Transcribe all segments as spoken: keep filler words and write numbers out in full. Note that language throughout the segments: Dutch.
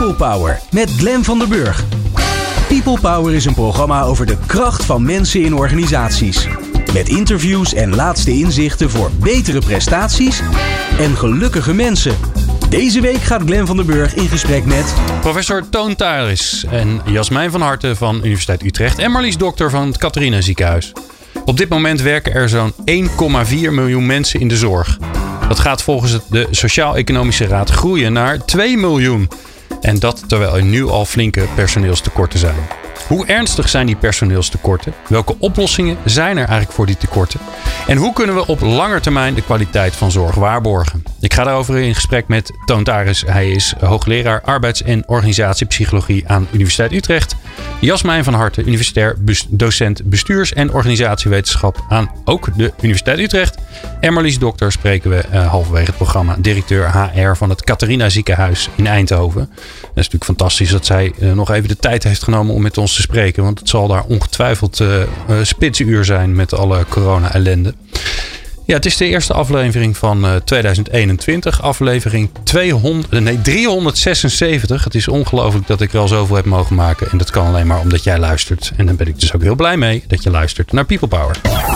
People Power met Glenn van der Burg. People Power is een programma over de kracht van mensen in organisaties. Met interviews en laatste inzichten voor betere prestaties en gelukkige mensen. Deze week gaat Glenn van der Burg in gesprek met professor Toon Taris en Jasmijn van Harten van Universiteit Utrecht en Marlies Dokter van het Catharina Ziekenhuis. Op dit moment werken er zo'n één komma vier miljoen mensen in de zorg. Dat gaat volgens de Sociaal-Economische Raad groeien naar twee miljoen. En dat terwijl er nu al flinke personeelstekorten zijn. Hoe ernstig zijn die personeelstekorten? Welke oplossingen zijn er eigenlijk voor die tekorten? En hoe kunnen we op lange termijn de kwaliteit van zorg waarborgen? Ik ga daarover in gesprek met Toon Taris. Hij is hoogleraar arbeids- en organisatiepsychologie aan Universiteit Utrecht. Jasmijn van Harten, universitair bes- docent bestuurs- en organisatiewetenschap aan ook de Universiteit Utrecht. En Marlies Dokter spreken we uh, halverwege het programma. Directeur H R van het Catharina Ziekenhuis in Eindhoven. Dat is natuurlijk fantastisch dat zij uh, nog even de tijd heeft genomen om met ons te spreken. Want het zal daar ongetwijfeld uh, uh, spitsuur zijn met alle corona-ellende. Ja, het is de eerste aflevering van uh, tweeduizend eenentwintig. Aflevering tweehonderd, nee, driehonderdzesenzeventig. Het is ongelooflijk dat ik er al zoveel heb mogen maken. En dat kan alleen maar omdat jij luistert. En daar ben ik dus ook heel blij mee dat je luistert naar People Power.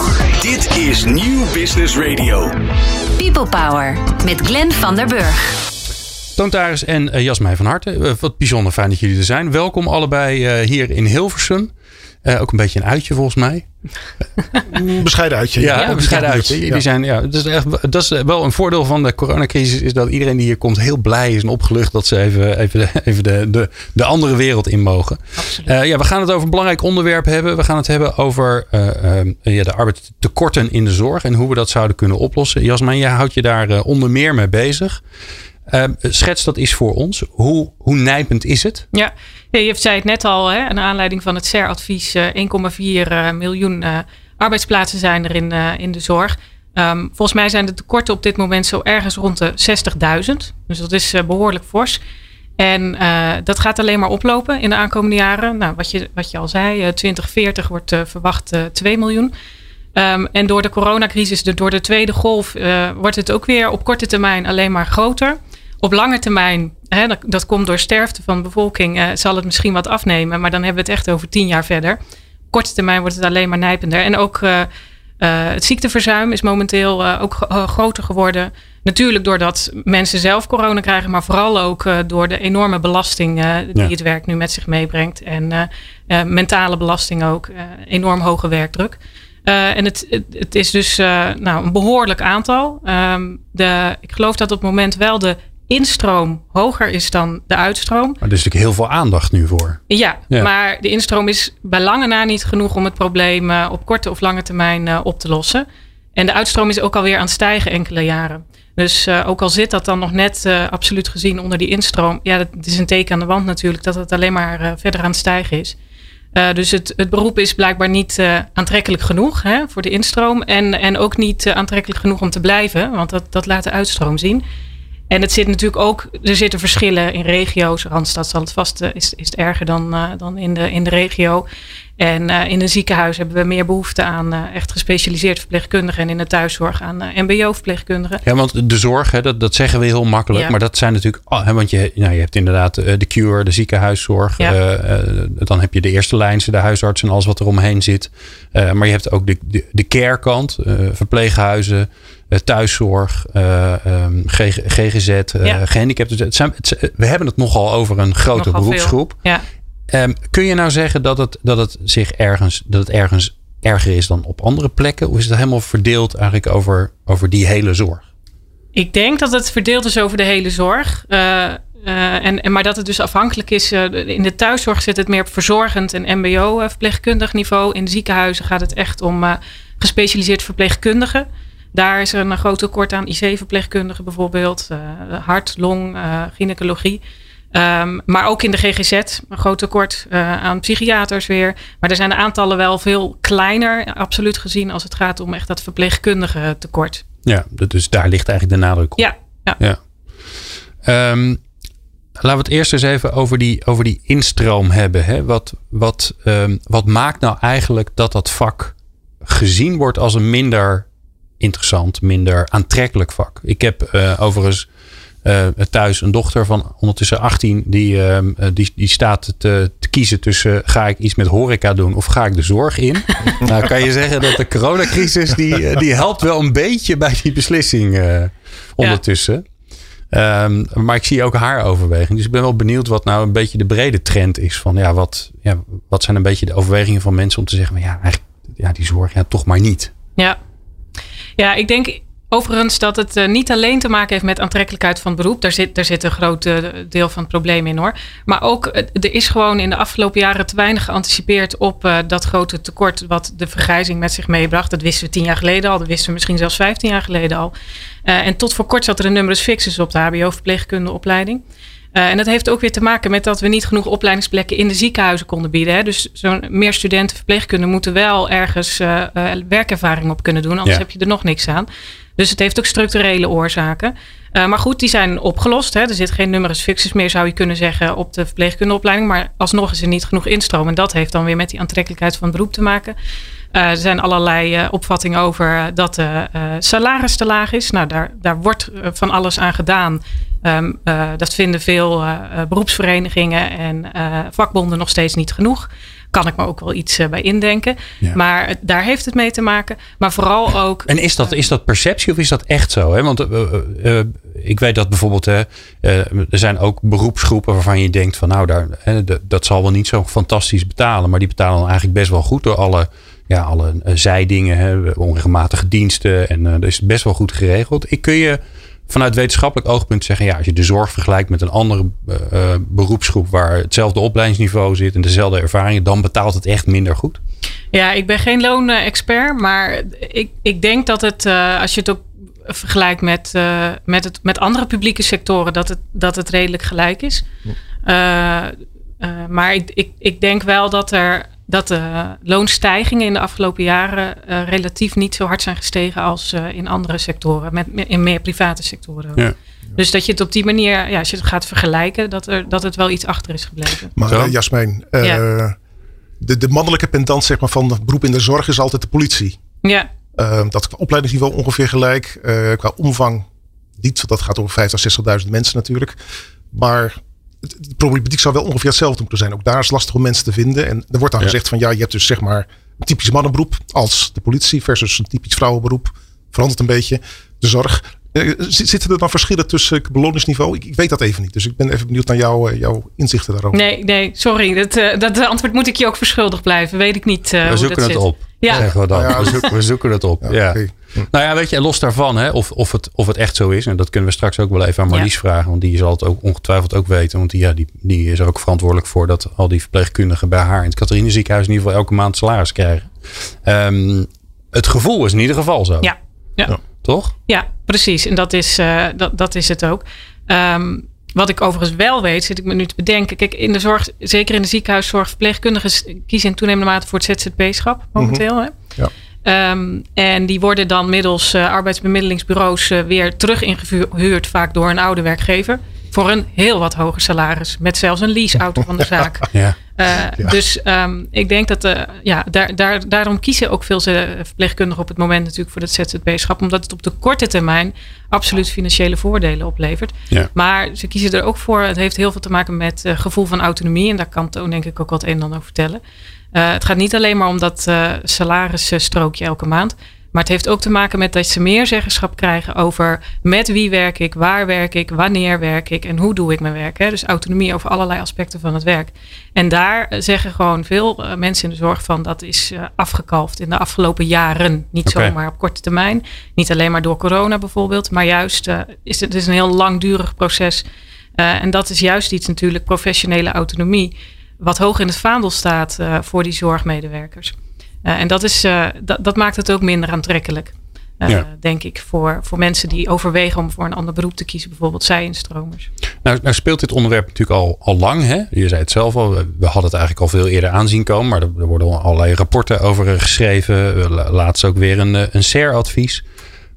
Dit is Nieuw Business Radio. People Power met Glenn van der Burg. Toon Taris en uh, Jasmijn van Harten. Uh, wat bijzonder fijn dat jullie er zijn. Welkom allebei uh, hier in Hilversum. Uh, ook een beetje een uitje volgens mij. Bescheiden uitje. Ja, ja een bescheiden uitje. Die ja. zijn, ja, dat, is echt, dat is wel een voordeel van de coronacrisis. Is dat iedereen die hier komt heel blij is en opgelucht. Dat ze even, even, de, even de, de, de andere wereld in mogen. Uh, ja, we gaan het over een belangrijk onderwerp hebben. We gaan het hebben over uh, uh, ja, de arbeidstekorten in de zorg. En hoe we dat zouden kunnen oplossen. Jasmijn, jij houdt je daar uh, onder meer mee bezig. Uh, schets dat eens voor ons. Hoe, hoe nijpend is het? Ja, ja je zei het net al. Hè, naar aanleiding van het C E R-advies. Uh, één komma vier uh, miljoen uh, arbeidsplaatsen zijn er in, uh, in de zorg. Um, volgens mij zijn de tekorten op dit moment zo ergens rond de zestigduizend. Dus dat is uh, behoorlijk fors. En uh, dat gaat alleen maar oplopen in de aankomende jaren. Nou, wat je, wat je al zei, uh, twintig veertig wordt uh, verwacht uh, twee miljoen. Um, en door de coronacrisis, de, door de tweede golf, uh, wordt het ook weer op korte termijn alleen maar groter. Op lange termijn, hè, dat, dat komt door sterfte van de bevolking, uh, zal het misschien wat afnemen. Maar dan hebben we het echt over tien jaar verder. Op korte termijn wordt het alleen maar nijpender. En ook uh, uh, het ziekteverzuim is momenteel uh, ook uh, groter geworden. Natuurlijk doordat mensen zelf corona krijgen, maar vooral ook uh, door de enorme belasting uh, die ja. het werk nu met zich meebrengt. En uh, uh, mentale belasting ook, uh, enorm hoge werkdruk. Uh, en het, het, het is dus uh, nou, een behoorlijk aantal. Um, de, ik geloof dat op het moment wel de instroom hoger is dan de uitstroom. Maar er is natuurlijk heel veel aandacht nu voor. Ja, ja. Maar de instroom is bij lange na niet genoeg om het probleem uh, op korte of lange termijn uh, op te lossen. En de uitstroom is ook alweer aan het stijgen enkele jaren. Dus uh, ook al zit dat dan nog net uh, absoluut gezien onder die instroom. Ja, dat is een teken aan de wand natuurlijk dat het alleen maar uh, verder aan het stijgen is. Uh, dus het, het beroep is blijkbaar niet uh, aantrekkelijk genoeg hè, voor de instroom. En, en ook niet uh, aantrekkelijk genoeg om te blijven. Want dat, dat laat de uitstroom zien. En het zit natuurlijk ook, er zitten verschillen in regio's. Randstad zal het vast, uh, is, is het erger dan, uh, dan in, de, in de regio. En uh, in een ziekenhuis hebben we meer behoefte aan uh, echt gespecialiseerd verpleegkundigen. En in de thuiszorg aan uh, M B O-verpleegkundigen. Ja, want de zorg, hè, dat, dat zeggen we heel makkelijk. Ja. Maar dat zijn natuurlijk, oh, hè, want je, nou, je hebt inderdaad uh, de cure, de ziekenhuiszorg. Ja. Uh, uh, dan heb je de eerste lijnse, de huisarts en alles wat er omheen zit. Uh, maar je hebt ook de, de, de care-kant, uh, verpleeghuizen. Thuiszorg, uh, um, G G Z, uh, ja. gehandicapten. Het zijn, het, we hebben het nogal over een grote nogal beroepsgroep. Ja. Um, kun je nou zeggen dat het, dat het zich ergens, dat het ergens erger is dan op andere plekken? Of is het helemaal verdeeld eigenlijk over, over die hele zorg? Ik denk dat het verdeeld is over de hele zorg. Uh, uh, en, en, maar dat het dus afhankelijk is. Uh, in de thuiszorg zit het meer op verzorgend en M B O-verpleegkundig niveau. In de ziekenhuizen gaat het echt om uh, gespecialiseerd verpleegkundigen. Daar is er een groot tekort aan I C-verpleegkundigen bijvoorbeeld. Uh, hart, long, uh, gynaecologie. Um, maar ook in de G G Z een groot tekort uh, aan psychiaters weer. Maar er zijn de aantallen wel veel kleiner, absoluut gezien, als het gaat om echt dat verpleegkundige tekort. Ja, dus daar ligt eigenlijk de nadruk op. Ja. ja. ja. Um, laten we het eerst eens even over die, over die instroom hebben. Hè? Wat, wat, um, wat maakt nou eigenlijk dat dat vak gezien wordt als een minder interessant, minder aantrekkelijk vak? Ik heb uh, overigens uh, thuis een dochter van ondertussen achttien. Die, uh, die, die staat te, te kiezen tussen ga ik iets met horeca doen of ga ik de zorg in. Nou kan je zeggen dat de coronacrisis die, die helpt wel een beetje bij die beslissing uh, ondertussen. Ja. Um, maar ik zie ook haar overweging. Dus ik ben wel benieuwd wat nou een beetje de brede trend is. Van ja, wat, ja, wat zijn een beetje de overwegingen van mensen om te zeggen, maar ja, eigenlijk ja, die zorg, ja, toch maar niet. Ja, ja ik denk overigens dat het uh, niet alleen te maken heeft met aantrekkelijkheid van het beroep. Daar zit, daar zit een groot uh, deel van het probleem in hoor. Maar ook, uh, er is gewoon in de afgelopen jaren te weinig geanticipeerd op uh, dat grote tekort wat de vergrijzing met zich meebracht. Dat wisten we tien jaar geleden al. Dat wisten we misschien zelfs vijftien jaar geleden al. Uh, en tot voor kort zat er een numerus fixus op de H B O-verpleegkundeopleiding. Uh, en dat heeft ook weer te maken met dat we niet genoeg opleidingsplekken in de ziekenhuizen konden bieden. Hè. Dus zo'n meer studenten verpleegkunde moeten wel ergens uh, uh, werkervaring op kunnen doen. Anders ja. heb je er nog niks aan. Dus het heeft ook structurele oorzaken. Uh, maar goed, die zijn opgelost. Hè. Er zit geen numerus fixus meer, zou je kunnen zeggen, op de verpleegkundeopleiding. Maar alsnog is er niet genoeg instroom. En dat heeft dan weer met die aantrekkelijkheid van het beroep te maken. Uh, er zijn allerlei uh, opvattingen over dat de uh, salaris te laag is. Nou, daar, daar wordt uh, van alles aan gedaan. Um, uh, dat vinden veel uh, beroepsverenigingen en uh, vakbonden nog steeds niet genoeg. Kan ik me ook wel iets uh, bij indenken. Ja. Maar uh, daar heeft het mee te maken. Maar vooral ook... En is dat, is dat perceptie of is dat echt zo? Hè? Want uh, uh, ik weet dat bijvoorbeeld... Uh, uh, er zijn ook beroepsgroepen waarvan je denkt van... nou, daar, uh, d- dat zal wel niet zo fantastisch betalen. Maar die betalen dan eigenlijk best wel goed door alle... Ja, alle uh, zijdingen, hè, onregelmatige diensten. En uh, dat is best wel goed geregeld. Ik kun je vanuit wetenschappelijk oogpunt zeggen... ja, als je de zorg vergelijkt met een andere uh, beroepsgroep... waar hetzelfde opleidingsniveau zit en dezelfde ervaringen... dan betaalt het echt minder goed. Ja, ik ben geen loonexpert. Maar ik, ik denk dat het, uh, als je het ook vergelijkt met, uh, met, het, met andere publieke sectoren... dat het, dat het redelijk gelijk is. Uh, uh, maar ik, ik, ik denk wel dat er... dat de loonstijgingen in de afgelopen jaren uh, relatief niet zo hard zijn gestegen als uh, in andere sectoren, met, in meer private sectoren. Ja. Dus dat je het op die manier, ja, als je het gaat vergelijken, dat, er, dat het wel iets achter is gebleven. Maar uh, Jasmijn, uh, ja. de, de mannelijke pendant zeg maar, van het beroep in de zorg is altijd de politie. Ja. Uh, dat qua opleidingsniveau ongeveer gelijk. Uh, qua omvang niet, dat gaat over vijftigduizend, zestigduizend mensen natuurlijk. Maar de problematiek zou wel ongeveer hetzelfde moeten zijn. Ook daar is lastig om mensen te vinden. En er wordt dan ja. gezegd van ja, je hebt dus zeg maar een typisch mannenberoep als de politie versus een typisch vrouwenberoep. Verandert een beetje. De zorg. Uh, zitten er dan verschillen tussen beloningsniveau? Ik, ik weet dat even niet. Dus ik ben even benieuwd naar jou, uh, jouw inzichten daarover. Nee, nee, sorry. Dat, uh, dat antwoord moet ik je ook verschuldigd blijven. Weet ik niet uh, we hoe zoeken dat het zit. op. Ja. Zeggen we dan. Ja, we, zoeken, we zoeken het op. Ja, ja. Okay. Nou ja, weet je, los daarvan, hè, of, of, het, of het echt zo is. En dat kunnen we straks ook wel even aan Marlies ja. vragen. Want die zal het ook ongetwijfeld ook weten. Want die, ja, die, die is er ook verantwoordelijk voor dat al die verpleegkundigen bij haar in het Catharina ziekenhuis in ieder geval elke maand salaris krijgen. Um, het gevoel is in ieder geval zo. Ja. Ja. ja. Toch? Ja, precies. En dat is, uh, dat, dat is het ook. Um, Wat ik overigens wel weet, zit ik me nu te bedenken. Kijk, in de zorg, zeker in de ziekenhuiszorg, verpleegkundigen kiezen in toenemende mate voor het Z Z P-schap momenteel. Mm-hmm. Hè? Ja. Um, en die worden dan middels uh, arbeidsbemiddelingsbureaus uh, weer terug ingehuurd, vaak door een oude werkgever. Voor een heel wat hoger salaris. Met zelfs een leaseauto van de zaak. Ja. Uh, ja. Dus um, ik denk dat uh, ja, daar, daar, daarom kiezen ook veel verpleegkundigen op het moment natuurlijk voor het Z Z P-schap. Omdat het op de korte termijn absoluut financiële voordelen oplevert. Ja. Maar ze kiezen er ook voor. Het heeft heel veel te maken met uh, gevoel van autonomie. En daar kan Toon denk ik ook wat een en ander over vertellen. Uh, het gaat niet alleen maar om dat uh, salarisstrookje elke maand. Maar het heeft ook te maken met dat ze meer zeggenschap krijgen over met wie werk ik, waar werk ik, wanneer werk ik en hoe doe ik mijn werk. Hè? Dus autonomie over allerlei aspecten van het werk. En daar zeggen gewoon veel uh, mensen in de zorg van dat is uh, afgekalfd in de afgelopen jaren. Niet okay. zomaar op korte termijn. Niet alleen maar door corona bijvoorbeeld. Maar juist uh, is het is een heel langdurig proces. Uh, en dat is juist iets natuurlijk, professionele autonomie. Wat hoog in het vaandel staat uh, voor die zorgmedewerkers. Uh, en dat, is, uh, dat, dat maakt het ook minder aantrekkelijk. Uh, ja. Denk ik. Voor, voor mensen die overwegen om voor een ander beroep te kiezen. Bijvoorbeeld zij-instromers. Nou, nou speelt dit onderwerp natuurlijk al, al lang. Hè? Je zei het zelf al. We hadden het eigenlijk al veel eerder aanzien komen. Maar er, er worden allerlei rapporten over geschreven. Laatst ook weer een, een S E R-advies.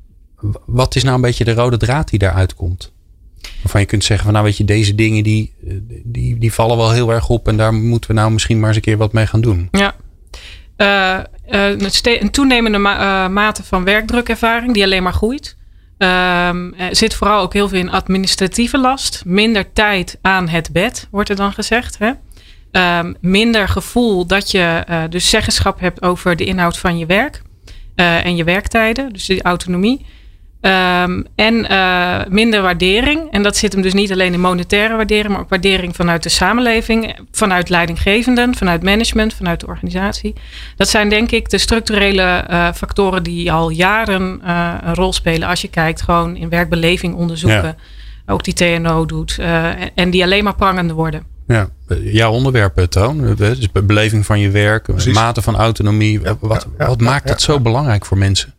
Wat is nou een beetje de rode draad die daaruit komt? Waarvan je kunt zeggen van nou weet je, deze dingen die, die, die vallen wel heel erg op. En daar moeten we nou misschien maar eens een keer wat mee gaan doen. Ja. Uh, uh, een toenemende ma- uh, mate van werkdrukervaring die alleen maar groeit. Um, er zit vooral ook heel veel in administratieve last. Minder tijd aan het bed, wordt er dan gezegd. Hè? Um, minder gevoel dat je uh, dus zeggenschap hebt over de inhoud van je werk. Uh, en je werktijden, dus die autonomie. Um, en uh, minder waardering. En dat zit hem dus niet alleen in monetaire waardering, maar ook waardering vanuit de samenleving, vanuit leidinggevenden, vanuit management, vanuit de organisatie. Dat zijn denk ik de structurele uh, factoren die al jaren uh, een rol spelen als je kijkt gewoon in werkbeleving onderzoeken. Ja. Ook die T N O doet. Uh, en die alleen maar prangender worden. Ja, jouw onderwerp, Toon. Dus beleving van je werk, Precies. mate van autonomie. Ja, wat ja, wat ja, maakt ja, dat ja, zo ja. belangrijk voor mensen?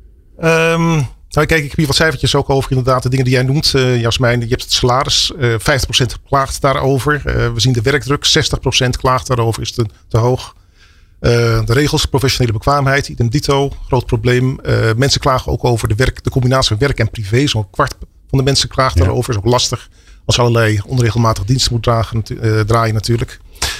Um, Nou, kijk, ik heb hier wat cijfertjes ook over inderdaad. De dingen die jij noemt, uh, Jasmijn. Je hebt het salaris. Uh, vijftig procent klaagt daarover. Uh, we zien de werkdruk. zestig procent klaagt daarover. Is te, te hoog. Uh, de regels, professionele bekwaamheid. Idem dito. Groot probleem. Uh, mensen klagen ook over de, werk, de combinatie van werk en privé. Zo'n kwart van de mensen klaagt ja. daarover. Is ook lastig. Als je allerlei onregelmatige diensten moet dragen, uh, draaien natuurlijk.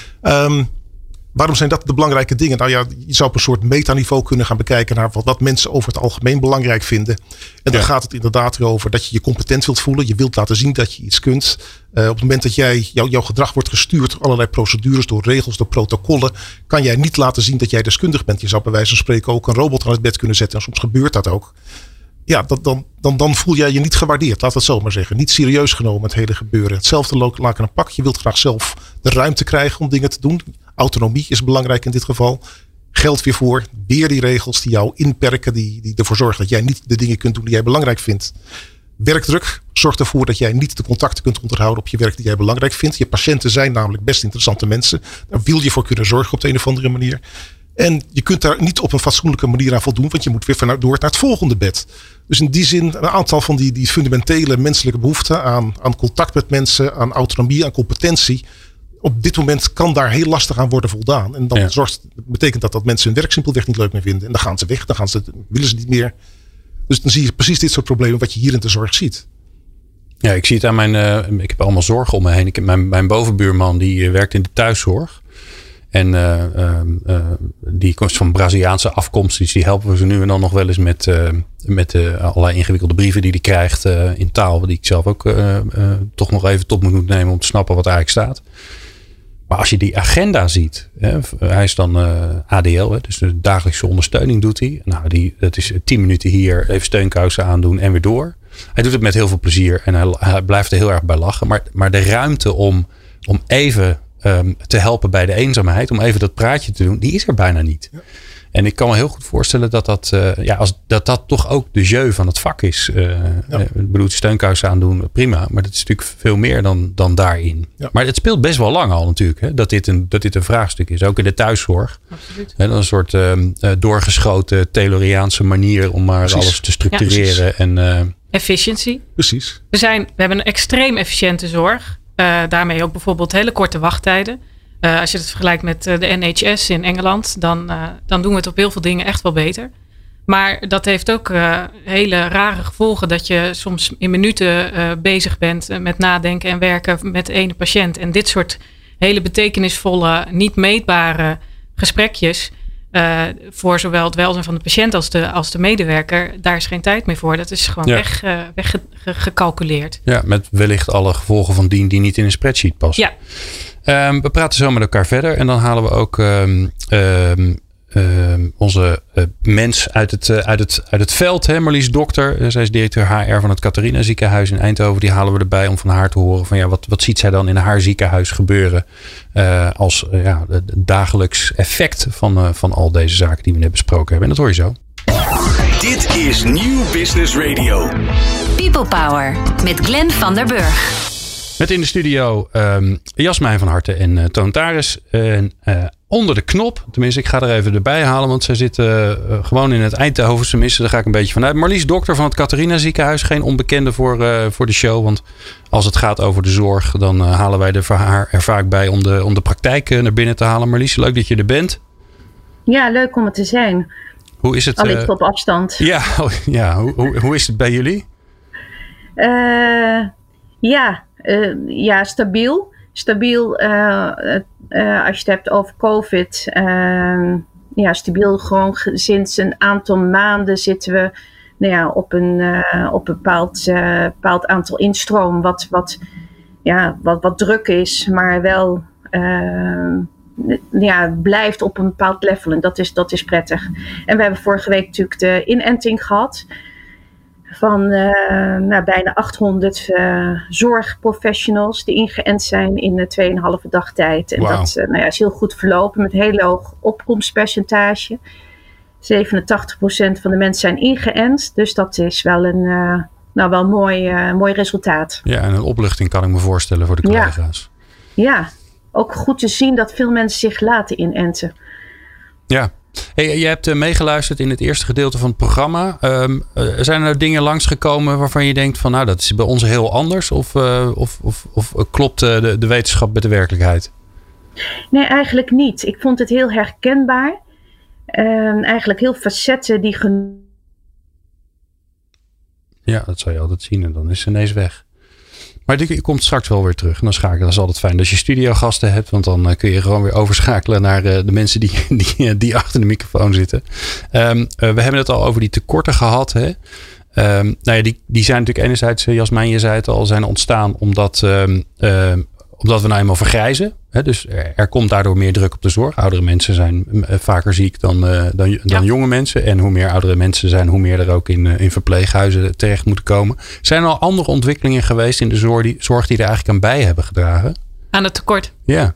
Um, Waarom zijn dat de belangrijke dingen? Nou ja, je zou op een soort metaniveau kunnen gaan bekijken naar wat, wat mensen over het algemeen belangrijk vinden. En dan ja. gaat het inderdaad over dat je je competent wilt voelen. Je wilt laten zien dat je iets kunt. Uh, op het moment dat jij, jou, jouw gedrag wordt gestuurd door allerlei procedures, door regels, door protocollen, kan jij niet laten zien dat jij deskundig bent. Je zou bij wijze van spreken ook een robot aan het bed kunnen zetten. En soms gebeurt dat ook. Ja, dat, dan, dan, dan voel jij je niet gewaardeerd. Laat het zo maar zeggen. Niet serieus genomen het hele gebeuren. Hetzelfde laken een pak. Je wilt graag zelf de ruimte krijgen om dingen te doen. Autonomie is belangrijk in dit geval. Geldt weer voor. Weer die regels die jou inperken. Die, die ervoor zorgen dat jij niet de dingen kunt doen die jij belangrijk vindt. Werkdruk zorgt ervoor dat jij niet de contacten kunt onderhouden op je werk die jij belangrijk vindt. Je patiënten zijn namelijk best interessante mensen. Daar wil je voor kunnen zorgen op de een of andere manier. En je kunt daar niet op een fatsoenlijke manier aan voldoen. Want je moet weer vanuit door naar het volgende bed. Dus in die zin een aantal van die, die fundamentele menselijke behoeften aan, aan contact met mensen, aan autonomie, aan competentie. Op dit moment kan daar heel lastig aan worden voldaan. En dan ja. zorgt, betekent dat dat mensen hun werk simpelweg niet leuk meer vinden. En dan gaan ze weg, dan gaan ze, willen ze niet meer. Dus dan zie je precies dit soort problemen wat je hier in de zorg ziet. Ja, ik zie het aan mijn, uh, ik heb allemaal zorgen om me heen. Ik heb mijn, mijn bovenbuurman die uh, werkt in de thuiszorg. En uh, uh, uh, die komt van Braziliaanse afkomst. Dus die helpen we zo nu en dan nog wel eens met, uh, met uh, allerlei ingewikkelde brieven die hij krijgt uh, in taal. Die ik zelf ook uh, uh, toch nog even tot moet nemen om te snappen wat eigenlijk staat. Maar als je die agenda ziet. Hè, hij is dan uh, A D L. Hè, dus de dagelijkse ondersteuning doet hij. Nou, die, dat is tien minuten hier. Even steunkousen aandoen en weer door. Hij doet het met heel veel plezier. En hij, hij blijft er heel erg bij lachen. Maar, maar de ruimte om, om even... Um, te helpen bij de eenzaamheid, om even dat praatje te doen, die is er bijna niet. Ja. En ik kan me heel goed voorstellen dat dat, uh, ja, als, dat, dat toch ook de jeu van het vak is. Uh, ja. Ik bedoel, steunkousen aandoen, prima. Maar dat is natuurlijk veel meer dan, dan daarin. Ja. Maar het speelt best wel lang al natuurlijk. Hè, dat, dit een, dat dit een vraagstuk is. Ook in de thuiszorg. Absoluut. Hè, dat is een soort um, uh, doorgeschoten Tayloriaanse manier om maar precies. alles te structureren. Ja, en, uh, efficiency. Precies. We, zijn, we hebben een extreem efficiënte zorg. Uh, daarmee ook bijvoorbeeld hele korte wachttijden. Uh, als je het vergelijkt met uh, de N H S in Engeland, dan, uh, dan doen we het op heel veel dingen echt wel beter. Maar dat heeft ook uh, hele rare gevolgen dat je soms in minuten uh, bezig bent uh, met nadenken en werken met de ene patiënt. En dit soort hele betekenisvolle, niet meetbare gesprekjes uh, voor zowel het welzijn van de patiënt als de, als de medewerker, daar is geen tijd meer voor. Dat is gewoon ja. weg, uh, weggecalculeerd. Ja, met wellicht alle gevolgen van dien die niet in een spreadsheet passen. Ja. Um, we praten zo met elkaar verder en dan halen we ook um, um, um, onze uh, mens uit het, uh, uit het, uit het veld. Hè? Marlies Dokter, uh, zij is directeur H R van het Catharina Ziekenhuis in Eindhoven. Die halen we erbij om van haar te horen van ja, wat, wat ziet zij dan in haar ziekenhuis gebeuren uh, als uh, ja, het dagelijks effect van, uh, van al deze zaken die we net besproken hebben. En dat hoor je zo. Dit is Nieuw Business Radio. People Power met Glenn van der Burg. Met in de studio um, Jasmijn van Harten en uh, Toon Taris. En uh, onder de knop, tenminste ik ga er even erbij halen. Want zij zitten uh, gewoon in het Eindhoven. Tenminste, daar ga ik een beetje vanuit. Marlies Dokter van het Catharina Ziekenhuis. Geen onbekende voor, uh, voor de show. Want als het gaat over de zorg, dan uh, halen wij er, haar er vaak bij om de, om de praktijk uh, naar binnen te halen. Marlies, leuk dat je er bent. Ja, leuk om er te zijn. Hoe is het? Al iets uh, op afstand. Ja, ja hoe, hoe, hoe is het bij jullie? Uh, ja... Uh, ja, stabiel. Stabiel uh, uh, als je het hebt over COVID. Uh, ja, stabiel gewoon sinds een aantal maanden zitten we nou ja, op een, uh, op een bepaald, uh, bepaald aantal instroom wat, wat, ja, wat, wat druk is, maar wel uh, ja, blijft op een bepaald level. En dat is, dat is prettig. En we hebben vorige week natuurlijk de inenting gehad van uh, nou, bijna achthonderd uh, zorgprofessionals die ingeënt zijn in uh, twee en een halve dag tijd. En wow. dat uh, nou ja, is heel goed verlopen met een heel hoog opkomstpercentage. zevenentachtig procent van de mensen zijn ingeënt. Dus dat is wel een, uh, nou, wel een mooi, uh, mooi resultaat. Ja, en een opluchting kan ik me voorstellen voor de collega's. Ja, ja. Ook goed te zien dat veel mensen zich laten inenten. Ja. Hey, je hebt uh, meegeluisterd in het eerste gedeelte van het programma. Um, uh, zijn er dingen langsgekomen waarvan je denkt van nou dat is bij ons heel anders? Of, uh, of, of, of klopt uh, de, de wetenschap met de werkelijkheid? Nee, eigenlijk niet. Ik vond het heel herkenbaar. Uh, eigenlijk heel facetten die... Gen- ja, dat zou je altijd zien en dan is ze ineens weg. Maar die komt straks wel weer terug. En dan schakelen. Dat is altijd fijn als je studiogasten hebt. Want dan kun je gewoon weer overschakelen naar de mensen die, die, die achter de microfoon zitten. Um, uh, we hebben het al over die tekorten gehad. Hè? Um, nou ja, die, die zijn natuurlijk enerzijds, Jasmijn, je zei het al, zijn ontstaan omdat, um, uh, omdat we nou eenmaal vergrijzen. Hè? Dus er, er komt daardoor meer druk op de zorg. Oudere mensen zijn uh, vaker ziek dan, uh, dan, dan ja. jonge mensen. En hoe meer oudere mensen zijn, hoe meer er ook in, uh, in verpleeghuizen terecht moeten komen. Zijn er al andere ontwikkelingen geweest in de zorg die, zorg die er eigenlijk aan bij hebben gedragen? Aan het tekort? Ja.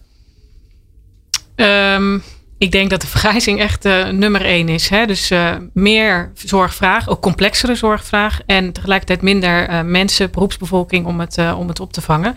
Um, ik denk dat de vergrijzing echt uh, nummer één is. Hè? Dus uh, meer zorgvraag, ook complexere zorgvraag. En tegelijkertijd minder uh, mensen, beroepsbevolking om het, uh, om het op te vangen.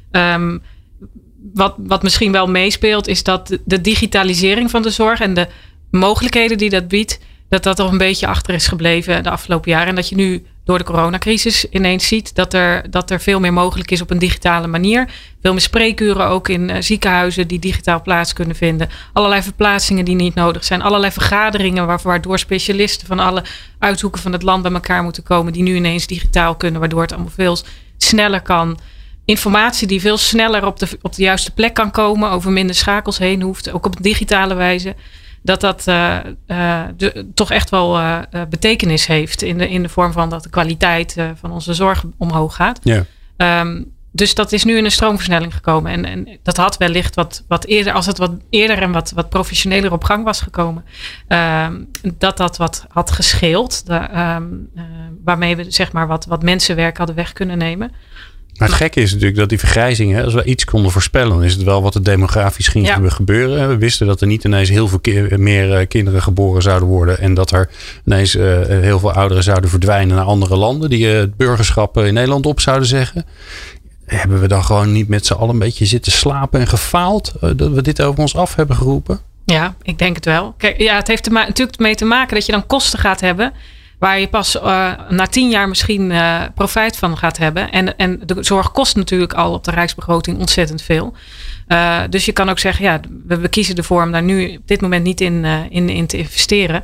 Um, Wat, wat misschien wel meespeelt is dat de, de digitalisering van de zorg en de mogelijkheden die dat biedt, dat dat toch een beetje achter is gebleven de afgelopen jaren. En dat je nu door de coronacrisis ineens ziet dat er, dat er veel meer mogelijk is op een digitale manier. Veel meer spreekuren ook in uh, ziekenhuizen die digitaal plaats kunnen vinden. Allerlei verplaatsingen die niet nodig zijn. Allerlei vergaderingen waardoor specialisten van alle uithoeken van het land bij elkaar moeten komen. Die nu ineens digitaal kunnen, waardoor het allemaal veel sneller kan. Informatie die veel sneller op de, op de juiste plek kan komen. Over minder schakels heen hoeft. Ook op een digitale wijze. Dat dat uh, uh, de, toch echt wel uh, betekenis heeft. In de, in de vorm van dat de kwaliteit uh, van onze zorg omhoog gaat. Ja. Um, dus dat is nu in een stroomversnelling gekomen. En, en dat had wellicht wat, wat eerder. Als het wat eerder en wat, wat professioneler op gang was gekomen. Um, dat dat wat had gescheeld. De, um, uh, waarmee we zeg maar wat, wat mensenwerk hadden weg kunnen nemen. Maar het gekke is natuurlijk dat die vergrijzing, hè, als we iets konden voorspellen, dan is het wel wat er demografisch ging ja. gebeuren. We wisten dat er niet ineens heel veel ki- meer kinderen geboren zouden worden. En dat er ineens uh, heel veel ouderen zouden verdwijnen naar andere landen. Die uh, het burgerschap in Nederland op zouden zeggen. Hebben we dan gewoon niet met z'n allen een beetje zitten slapen en gefaald? Uh, dat we dit over ons af hebben geroepen? Ja, ik denk het wel. Kijk, ja, het heeft er ma- natuurlijk mee te maken dat je dan kosten gaat hebben. Waar je pas uh, na tien jaar misschien uh, profijt van gaat hebben. En, en de zorg kost natuurlijk al op de rijksbegroting ontzettend veel. Uh, dus je kan ook zeggen, ja, we, we kiezen ervoor om daar nu op dit moment niet in, uh, in, in te investeren.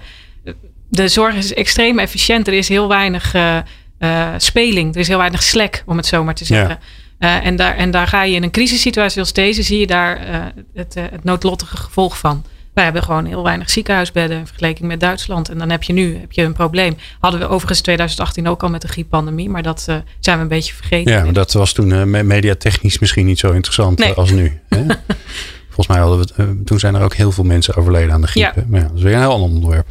De zorg is extreem efficiënt. Er is heel weinig uh, uh, speling. Er is heel weinig slack, om het zo maar te zeggen. Ja. Uh, en, daar, en daar ga je in een crisissituatie als deze, zie je daar uh, het, uh, het noodlottige gevolg van. Wij hebben gewoon heel weinig ziekenhuisbedden in vergelijking met Duitsland. En dan heb je nu heb je een probleem. Hadden we overigens twintig achttien ook al met de grieppandemie. Maar dat uh, zijn we een beetje vergeten. Ja, maar dat was toen uh, mediatechnisch misschien niet zo interessant nee. als nu. Hè? Volgens mij hadden we uh, toen zijn er ook heel veel mensen overleden aan de griep. Ja. Maar ja, dat is weer een heel ander onderwerp.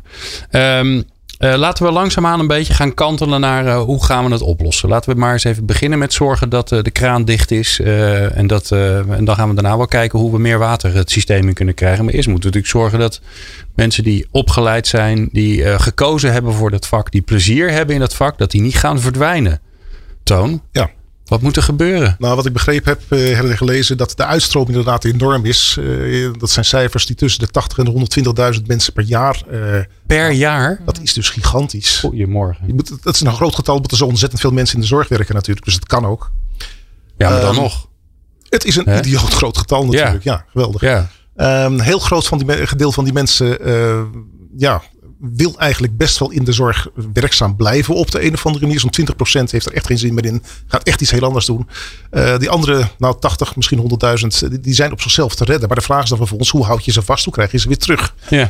Um, Uh, laten we langzaamaan een beetje gaan kantelen naar uh, hoe gaan we het oplossen. Laten we maar eens even beginnen met zorgen dat uh, de kraan dicht is. Uh, en, dat, uh, en dan gaan we daarna wel kijken hoe we meer water het systeem in kunnen krijgen. Maar eerst moeten we natuurlijk zorgen dat mensen die opgeleid zijn, die uh, gekozen hebben voor dat vak, die plezier hebben in dat vak, dat die niet gaan verdwijnen. Toon? Ja. Wat moet er gebeuren? Nou, wat ik begrepen heb, uh, heb ik gelezen dat de uitstroom inderdaad enorm is. Uh, dat zijn cijfers die tussen de tachtig en de honderdtwintigduizend mensen per jaar. Uh, per jaar? Dat is dus gigantisch. Goedemorgen. Je moet, dat is een groot getal, omdat er zo ontzettend veel mensen in de zorg werken natuurlijk. Dus het kan ook. Ja, maar dan um, nog. Het is een He? idioot groot getal natuurlijk. Ja, ja geweldig. Ja. Um, heel groot van die, gedeelte van die mensen uh, ja, wil eigenlijk best wel in de zorg werkzaam blijven op de een of andere manier. Zo'n twintig procent heeft er echt geen zin meer in. Gaat echt iets heel anders doen. Uh, die andere, nou tachtig, misschien honderdduizend, die, die zijn op zichzelf te redden. Maar de vraag is dan vervolgens, hoe houd je ze vast? Hoe krijg je ze weer terug? Ja.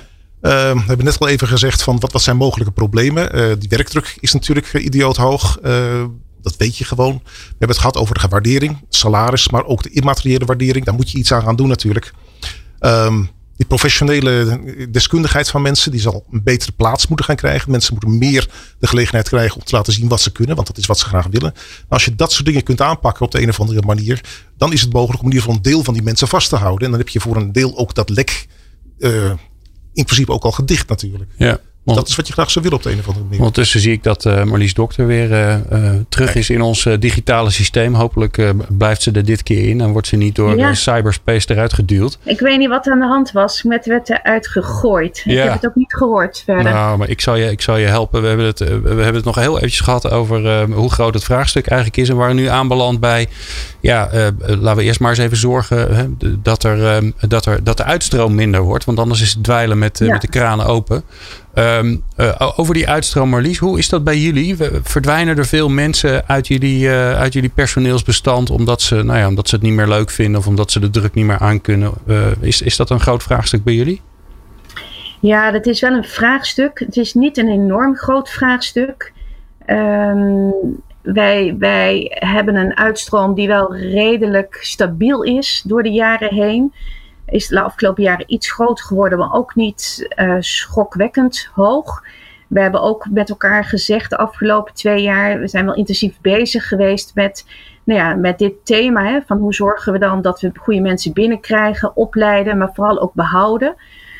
Uh, we hebben net al even gezegd van wat, wat zijn mogelijke problemen. Uh, die werkdruk is natuurlijk uh, idioot hoog. Uh, dat weet je gewoon. We hebben het gehad over de waardering, salaris, maar ook de immateriële waardering. Daar moet je iets aan gaan doen natuurlijk. Um, die professionele deskundigheid van mensen, die zal een betere plaats moeten gaan krijgen. Mensen moeten meer de gelegenheid krijgen om te laten zien wat ze kunnen, want dat is wat ze graag willen. Als je dat soort dingen kunt aanpakken op de een of andere manier, dan is het mogelijk om in ieder geval een deel van die mensen vast te houden. En dan heb je voor een deel ook dat lek uh, in principe ook al gedicht natuurlijk. Ja. Want, dat is wat je graag zou willen op de een of andere manier. Ondertussen zie ik dat uh, Marlies Dokter weer uh, uh, terug is in ons uh, digitale systeem. Hopelijk uh, blijft ze er dit keer in en wordt ze niet door ja. uh, cyberspace eruit geduwd. Ik weet niet wat aan de hand was. Met werd eruit gegooid. Ja. Ik heb het ook niet gehoord verder. Nou, maar ik zal je, ik zal je helpen. We hebben het, uh, we hebben het nog heel eventjes gehad over uh, hoe groot het vraagstuk eigenlijk is. En waar we nu aanbeland bij. Ja, uh, laten we eerst maar eens even zorgen hè, dat, er, uh, dat, er, dat de uitstroom minder wordt. Want anders is het dweilen met, uh, ja. met de kranen open. Um, uh, over die uitstroom, Marlies, hoe is dat bij jullie? Verdwijnen er veel mensen uit jullie, uh, uit jullie personeelsbestand omdat ze, nou ja, omdat ze het niet meer leuk vinden of omdat ze de druk niet meer aankunnen? Uh, is, is dat een groot vraagstuk bij jullie? Ja, dat is wel een vraagstuk. Het is niet een enorm groot vraagstuk. Um, wij, wij hebben een uitstroom die wel redelijk stabiel is door de jaren heen. Is de afgelopen jaren iets groter geworden, maar ook niet uh, schokwekkend hoog. We hebben ook met elkaar gezegd de afgelopen twee jaar, we zijn wel intensief bezig geweest met, nou ja, met dit thema. Hè, van hoe zorgen we dan dat we goede mensen binnenkrijgen, opleiden, maar vooral ook behouden.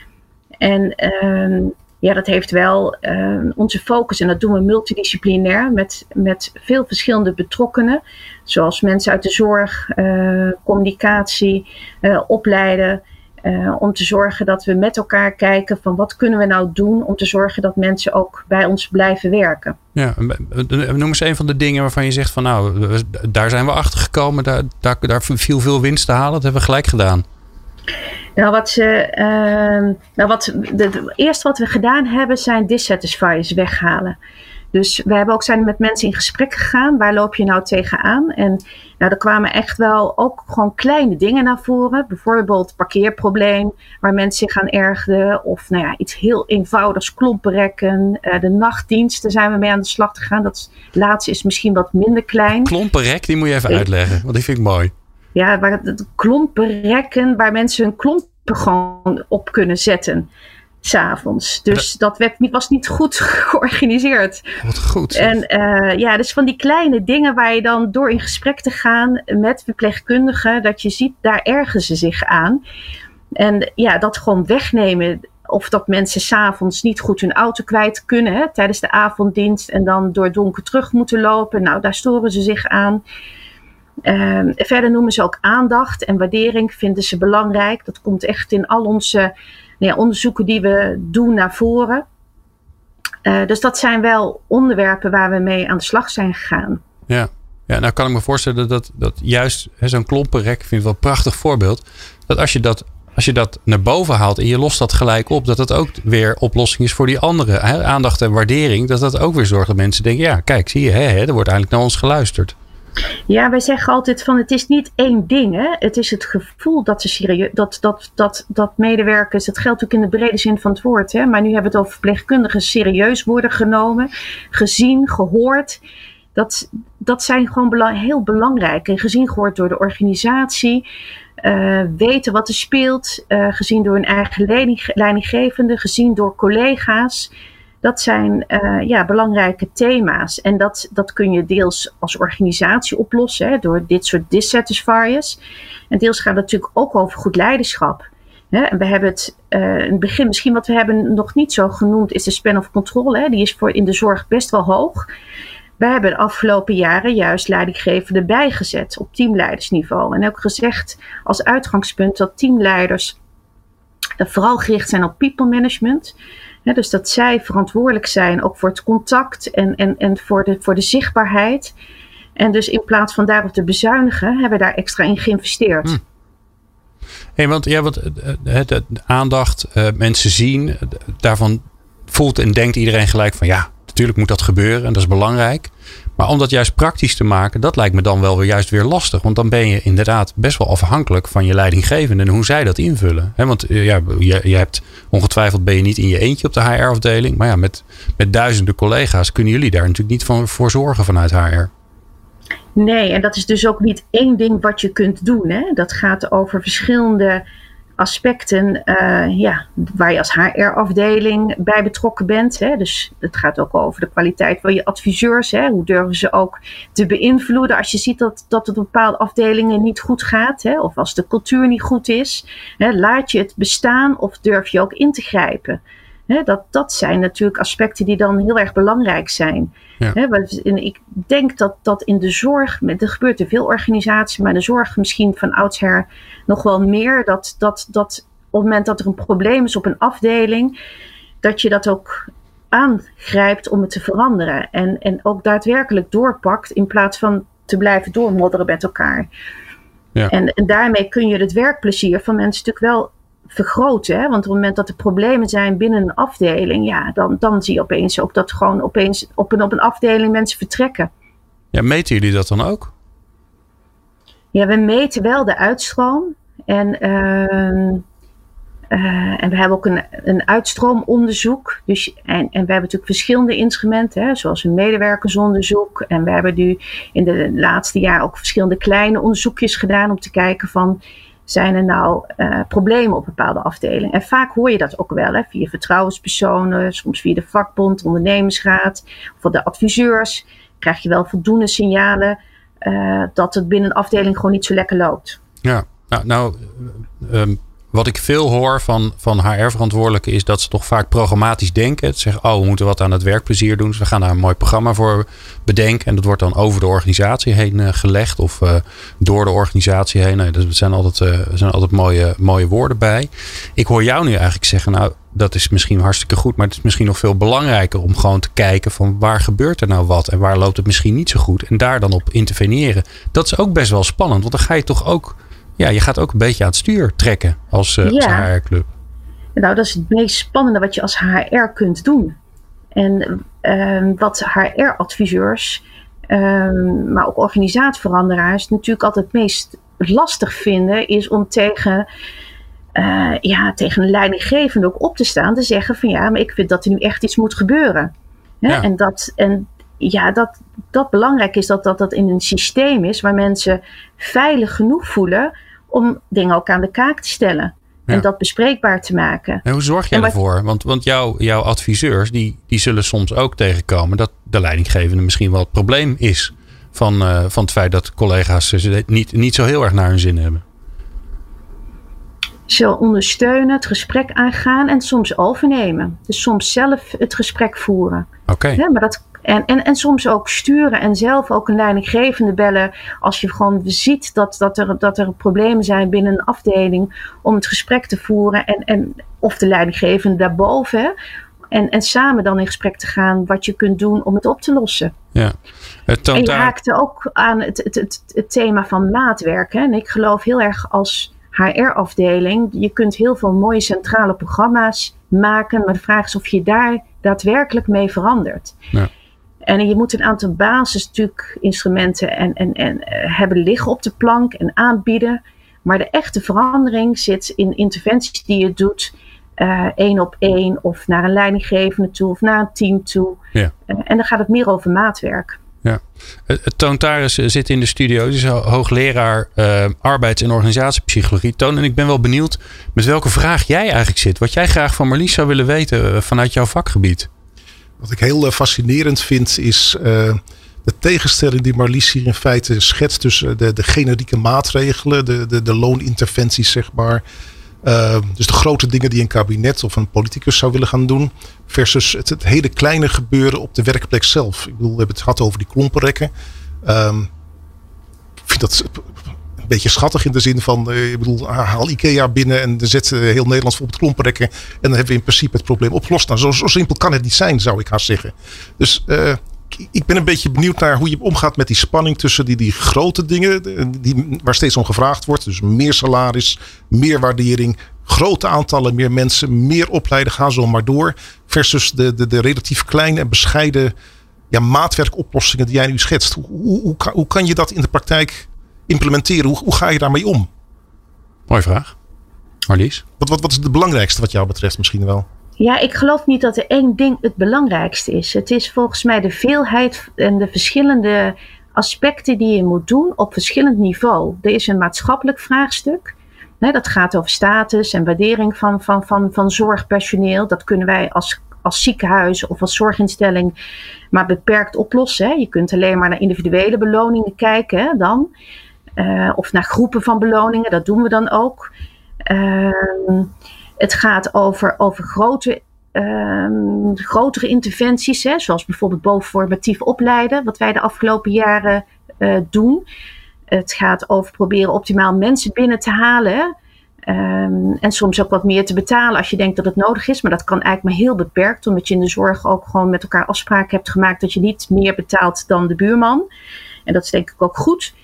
En uh, ja, dat heeft wel uh, onze focus en dat doen we multidisciplinair met, met veel verschillende betrokkenen. Zoals mensen uit de zorg, uh, communicatie, uh, opleiden. Uh, om te zorgen dat we met elkaar kijken van wat kunnen we nou doen om te zorgen dat mensen ook bij ons blijven werken. Ja, noem eens een van de dingen waarvan je zegt van nou, daar zijn we achter gekomen, daar, daar, daar viel veel winst te halen. Dat hebben we gelijk gedaan. Nou, wat ze, uh, nou wat, de, de, eerst wat we gedaan hebben zijn dissatisfiers weghalen. Dus we hebben ook zijn met mensen in gesprek gegaan. Waar loop je nou tegenaan? En nou, er kwamen echt wel ook gewoon kleine dingen naar voren. Bijvoorbeeld parkeerprobleem waar mensen zich aan ergeren. Of nou ja, iets heel eenvoudigs, klompenrekken. Uh, de nachtdienst, daar zijn we mee aan de slag gegaan. Dat laatste is misschien wat minder klein. Klompenrek, die moet je even ik, uitleggen. Want die vind ik mooi. Ja, waar het klompenrekken, waar mensen hun klompen gewoon op kunnen zetten. 's Avonds. Dus ja. dat werd niet, was niet goed georganiseerd. Wat goed. En uh, ja, dus van die kleine dingen waar je dan door in gesprek te gaan met verpleegkundigen, dat je ziet, daar ergeren ze zich aan. En ja, dat gewoon wegnemen. Of dat mensen 's avonds niet goed hun auto kwijt kunnen hè, tijdens de avonddienst en dan door donker terug moeten lopen. Nou, daar storen ze zich aan. Uh, verder noemen ze ook aandacht en waardering vinden ze belangrijk. Dat komt echt in al onze nou ja, onderzoeken die we doen naar voren. Uh, dus dat zijn wel onderwerpen waar we mee aan de slag zijn gegaan. Ja, ja nou kan ik me voorstellen dat, dat juist hè, zo'n klompenrek, ik vind het wel een prachtig voorbeeld. Dat als je dat, als je dat naar boven haalt en je lost dat gelijk op, dat dat ook weer oplossing is voor die andere. Hè, aandacht en waardering, dat dat ook weer zorgt dat mensen denken, ja kijk, zie je, hè, hè, er wordt eigenlijk naar ons geluisterd. Ja, wij zeggen altijd van het is niet één ding. Hè? Het is het gevoel dat, ze serieus, dat, dat, dat, dat medewerkers, dat geldt ook in de brede zin van het woord. Hè? Maar nu hebben we het over verpleegkundigen serieus worden genomen, gezien, gehoord. Dat, dat zijn gewoon belang, heel belangrijk. En gezien, gehoord door de organisatie. Uh, weten wat er speelt. Uh, gezien door hun eigen leiding, leidinggevende. Gezien door collega's. Dat zijn uh, ja, belangrijke thema's. En dat, dat kun je deels als organisatie oplossen. Hè, door dit soort dissatisfiers. En deels gaat het natuurlijk ook over goed leiderschap. Hè, en we hebben het uh, in het begin, misschien wat we hebben nog niet zo genoemd, is de span of control. Hè, die is voor in de zorg best wel hoog. We hebben de afgelopen jaren juist leidinggevenden bijgezet op teamleidersniveau. En ook gezegd als uitgangspunt dat teamleiders uh, vooral gericht zijn op people management. Ja, dus dat zij verantwoordelijk zijn ook voor het contact en, en, en voor, de, voor de zichtbaarheid. En dus in plaats van daarop te bezuinigen, hebben we daar extra in geïnvesteerd. Hmm. Hey, want ja, wat, de, de aandacht, uh, mensen zien, daarvan voelt en denkt iedereen gelijk van ja, natuurlijk moet dat gebeuren en dat is belangrijk. Maar om dat juist praktisch te maken, dat lijkt me dan wel weer juist weer lastig. Want dan ben je inderdaad best wel afhankelijk van je leidinggevende en hoe zij dat invullen. He, want ja, je, je hebt ongetwijfeld ben je niet in je eentje op de H R-afdeling. Maar ja, met, met duizenden collega's kunnen jullie daar natuurlijk niet van, voor zorgen vanuit H R. Nee, en dat is dus ook niet één ding wat je kunt doen. Hè? Dat gaat over verschillende aspecten uh, ja, waar je als H R-afdeling bij betrokken bent. Hè? Dus het gaat ook over de kwaliteit van je adviseurs. Hè? Hoe durven ze ook te beïnvloeden als je ziet dat, dat het op bepaalde afdelingen niet goed gaat. Hè? Of als de cultuur niet goed is. Hè? Laat je het bestaan of durf je ook in te grijpen? Hè? Dat, dat zijn natuurlijk aspecten die dan heel erg belangrijk zijn. Ja. Hè? Ik denk dat dat in de zorg, er gebeurt in veel organisaties, maar in de zorg misschien van oudsher nog wel meer. Dat, dat, dat op het moment dat er een probleem is op een afdeling, dat je dat ook aangrijpt om het te veranderen. En, en ook daadwerkelijk doorpakt in plaats van te blijven doormodderen met elkaar. Ja. En, en daarmee kun je het werkplezier van mensen natuurlijk wel vergroten. Hè? Want op het moment dat er problemen zijn binnen een afdeling, ja, dan, dan zie je opeens ook dat gewoon opeens op een, op een afdeling mensen vertrekken. Ja, meten jullie dat dan ook? Ja, we meten wel de uitstroom. En, uh, uh, en we hebben ook een, een uitstroomonderzoek. Dus, en, en we hebben natuurlijk verschillende instrumenten, hè, zoals een medewerkersonderzoek. En we hebben nu in de laatste jaar ook verschillende kleine onderzoekjes gedaan om te kijken van, zijn er nou uh, problemen op bepaalde afdelingen? En vaak hoor je dat ook wel, hè, via vertrouwenspersonen, soms via de vakbond, ondernemingsraad of de adviseurs. Krijg je wel voldoende signalen uh, dat het binnen een afdeling gewoon niet zo lekker loopt. Ja, nou, nou um, wat ik veel hoor van, van H R-verantwoordelijken is dat ze toch vaak programmatisch denken. Ze zeggen, oh, we moeten wat aan het werkplezier doen. Dus we gaan daar een mooi programma voor bedenken. En dat wordt dan over de organisatie heen uh, gelegd of uh, door de organisatie heen. Nou, er zijn altijd, uh, er zijn altijd mooie, mooie woorden bij. Ik hoor jou nu eigenlijk zeggen, nou, dat is misschien hartstikke goed, maar het is misschien nog veel belangrijker om gewoon te kijken van waar gebeurt er nou wat en waar loopt het misschien niet zo goed en daar dan op interveneren. Dat is ook best wel spannend, want dan ga je toch ook, ja, je gaat ook een beetje aan het stuur trekken als, uh, ja. als H R-club. Nou, dat is het meest spannende wat je als H R kunt doen. En uh, wat H R-adviseurs, uh, maar ook organisatieveranderaars natuurlijk altijd het meest lastig vinden, is om tegen Uh, ja, tegen een leidinggevende ook op te staan. Te zeggen van ja, maar ik vind dat er nu echt iets moet gebeuren. Hè? Ja. En, dat, en ja, dat, dat belangrijk is dat, dat dat in een systeem is waar mensen veilig genoeg voelen om dingen ook aan de kaak te stellen. Ja. En dat bespreekbaar te maken. En hoe zorg je ervoor? Want, want jouw, jouw adviseurs die, die zullen soms ook tegenkomen dat de leidinggevende misschien wel het probleem is van, uh, van het feit dat collega's ze niet, niet zo heel erg naar hun zin hebben. Ze ondersteunen, het gesprek aangaan en soms overnemen. Dus soms zelf het gesprek voeren. Oké. Okay. Ja, maar dat, en, en, en soms ook sturen en zelf ook een leidinggevende bellen. Als je gewoon ziet dat, dat, er, dat er problemen zijn binnen een afdeling. Om het gesprek te voeren. En, en, of de leidinggevende daarboven. Hè, en, en samen dan in gesprek te gaan wat je kunt doen om het op te lossen. Ja. Het en je haakte ook aan het, het, het, het thema van maatwerk. Hè. En ik geloof heel erg als H R-afdeling, je kunt heel veel mooie centrale programma's maken, maar de vraag is of je daar daadwerkelijk mee verandert. Ja. En je moet een aantal basis natuurlijk instrumenten en, en, en uh, hebben liggen op de plank en aanbieden, maar de echte verandering zit in interventies die je doet, uh, één op één of naar een leidinggevende toe of naar een team toe. Ja. Uh, en dan gaat het meer over maatwerk. Ja. Toon Taris zit in de studio. Hij is hoogleraar uh, arbeids- en organisatiepsychologie. Toon, en ik ben wel benieuwd met welke vraag jij eigenlijk zit. Wat jij graag van Marlies zou willen weten uh, vanuit jouw vakgebied. Wat ik heel uh, fascinerend vind is uh, de tegenstelling die Marlies hier in feite schetst tussen de, de generieke maatregelen, de, de, de looninterventies zeg maar. Uh, dus de grote dingen die een kabinet of een politicus zou willen gaan doen. Versus het, het hele kleine gebeuren op de werkplek zelf. Ik bedoel, we hebben het gehad over die klompenrekken. Um, ik vind dat een beetje schattig in de zin van, uh, ik bedoel, haal IKEA binnen en zet uh, heel Nederland vol op klompenrekken. En dan hebben we in principe het probleem opgelost. Nou, zo, zo simpel kan het niet zijn, zou ik haast zeggen. Dus uh, ik ben een beetje benieuwd naar hoe je omgaat met die spanning tussen die, die grote dingen die, waar steeds om gevraagd wordt. Dus meer salaris, meer waardering, grote aantallen, meer mensen, meer opleiden, ga zo maar door. Versus de, de, de relatief kleine en bescheiden ja, maatwerkoplossingen die jij nu schetst. Hoe, hoe, hoe, kan, hoe kan je dat in de praktijk implementeren? Hoe, hoe ga je daarmee om? Mooie vraag. Marlies? Wat, wat, wat is het belangrijkste wat jou betreft misschien wel? Ja, ik geloof niet dat er één ding het belangrijkste is. Het is volgens mij de veelheid en de verschillende aspecten die je moet doen op verschillend niveau. Er is een maatschappelijk vraagstuk. Hè, dat gaat over status en waardering van, van, van, van zorgpersoneel. Dat kunnen wij als, als ziekenhuis of als zorginstelling maar beperkt oplossen. Hè. Je kunt alleen maar naar individuele beloningen kijken hè, dan. Uh, of naar groepen van beloningen, dat doen we dan ook. Uh, het gaat over, over grote, uh, grotere interventies, hè, zoals bijvoorbeeld bovenformatief opleiden, wat wij de afgelopen jaren uh, doen. Het gaat over proberen optimaal mensen binnen te halen. Um, en soms ook wat meer te betalen als je denkt dat het nodig is. Maar dat kan eigenlijk maar heel beperkt. Omdat je in de zorg ook gewoon met elkaar afspraken hebt gemaakt dat je niet meer betaalt dan de buurman. En dat is denk ik ook goed.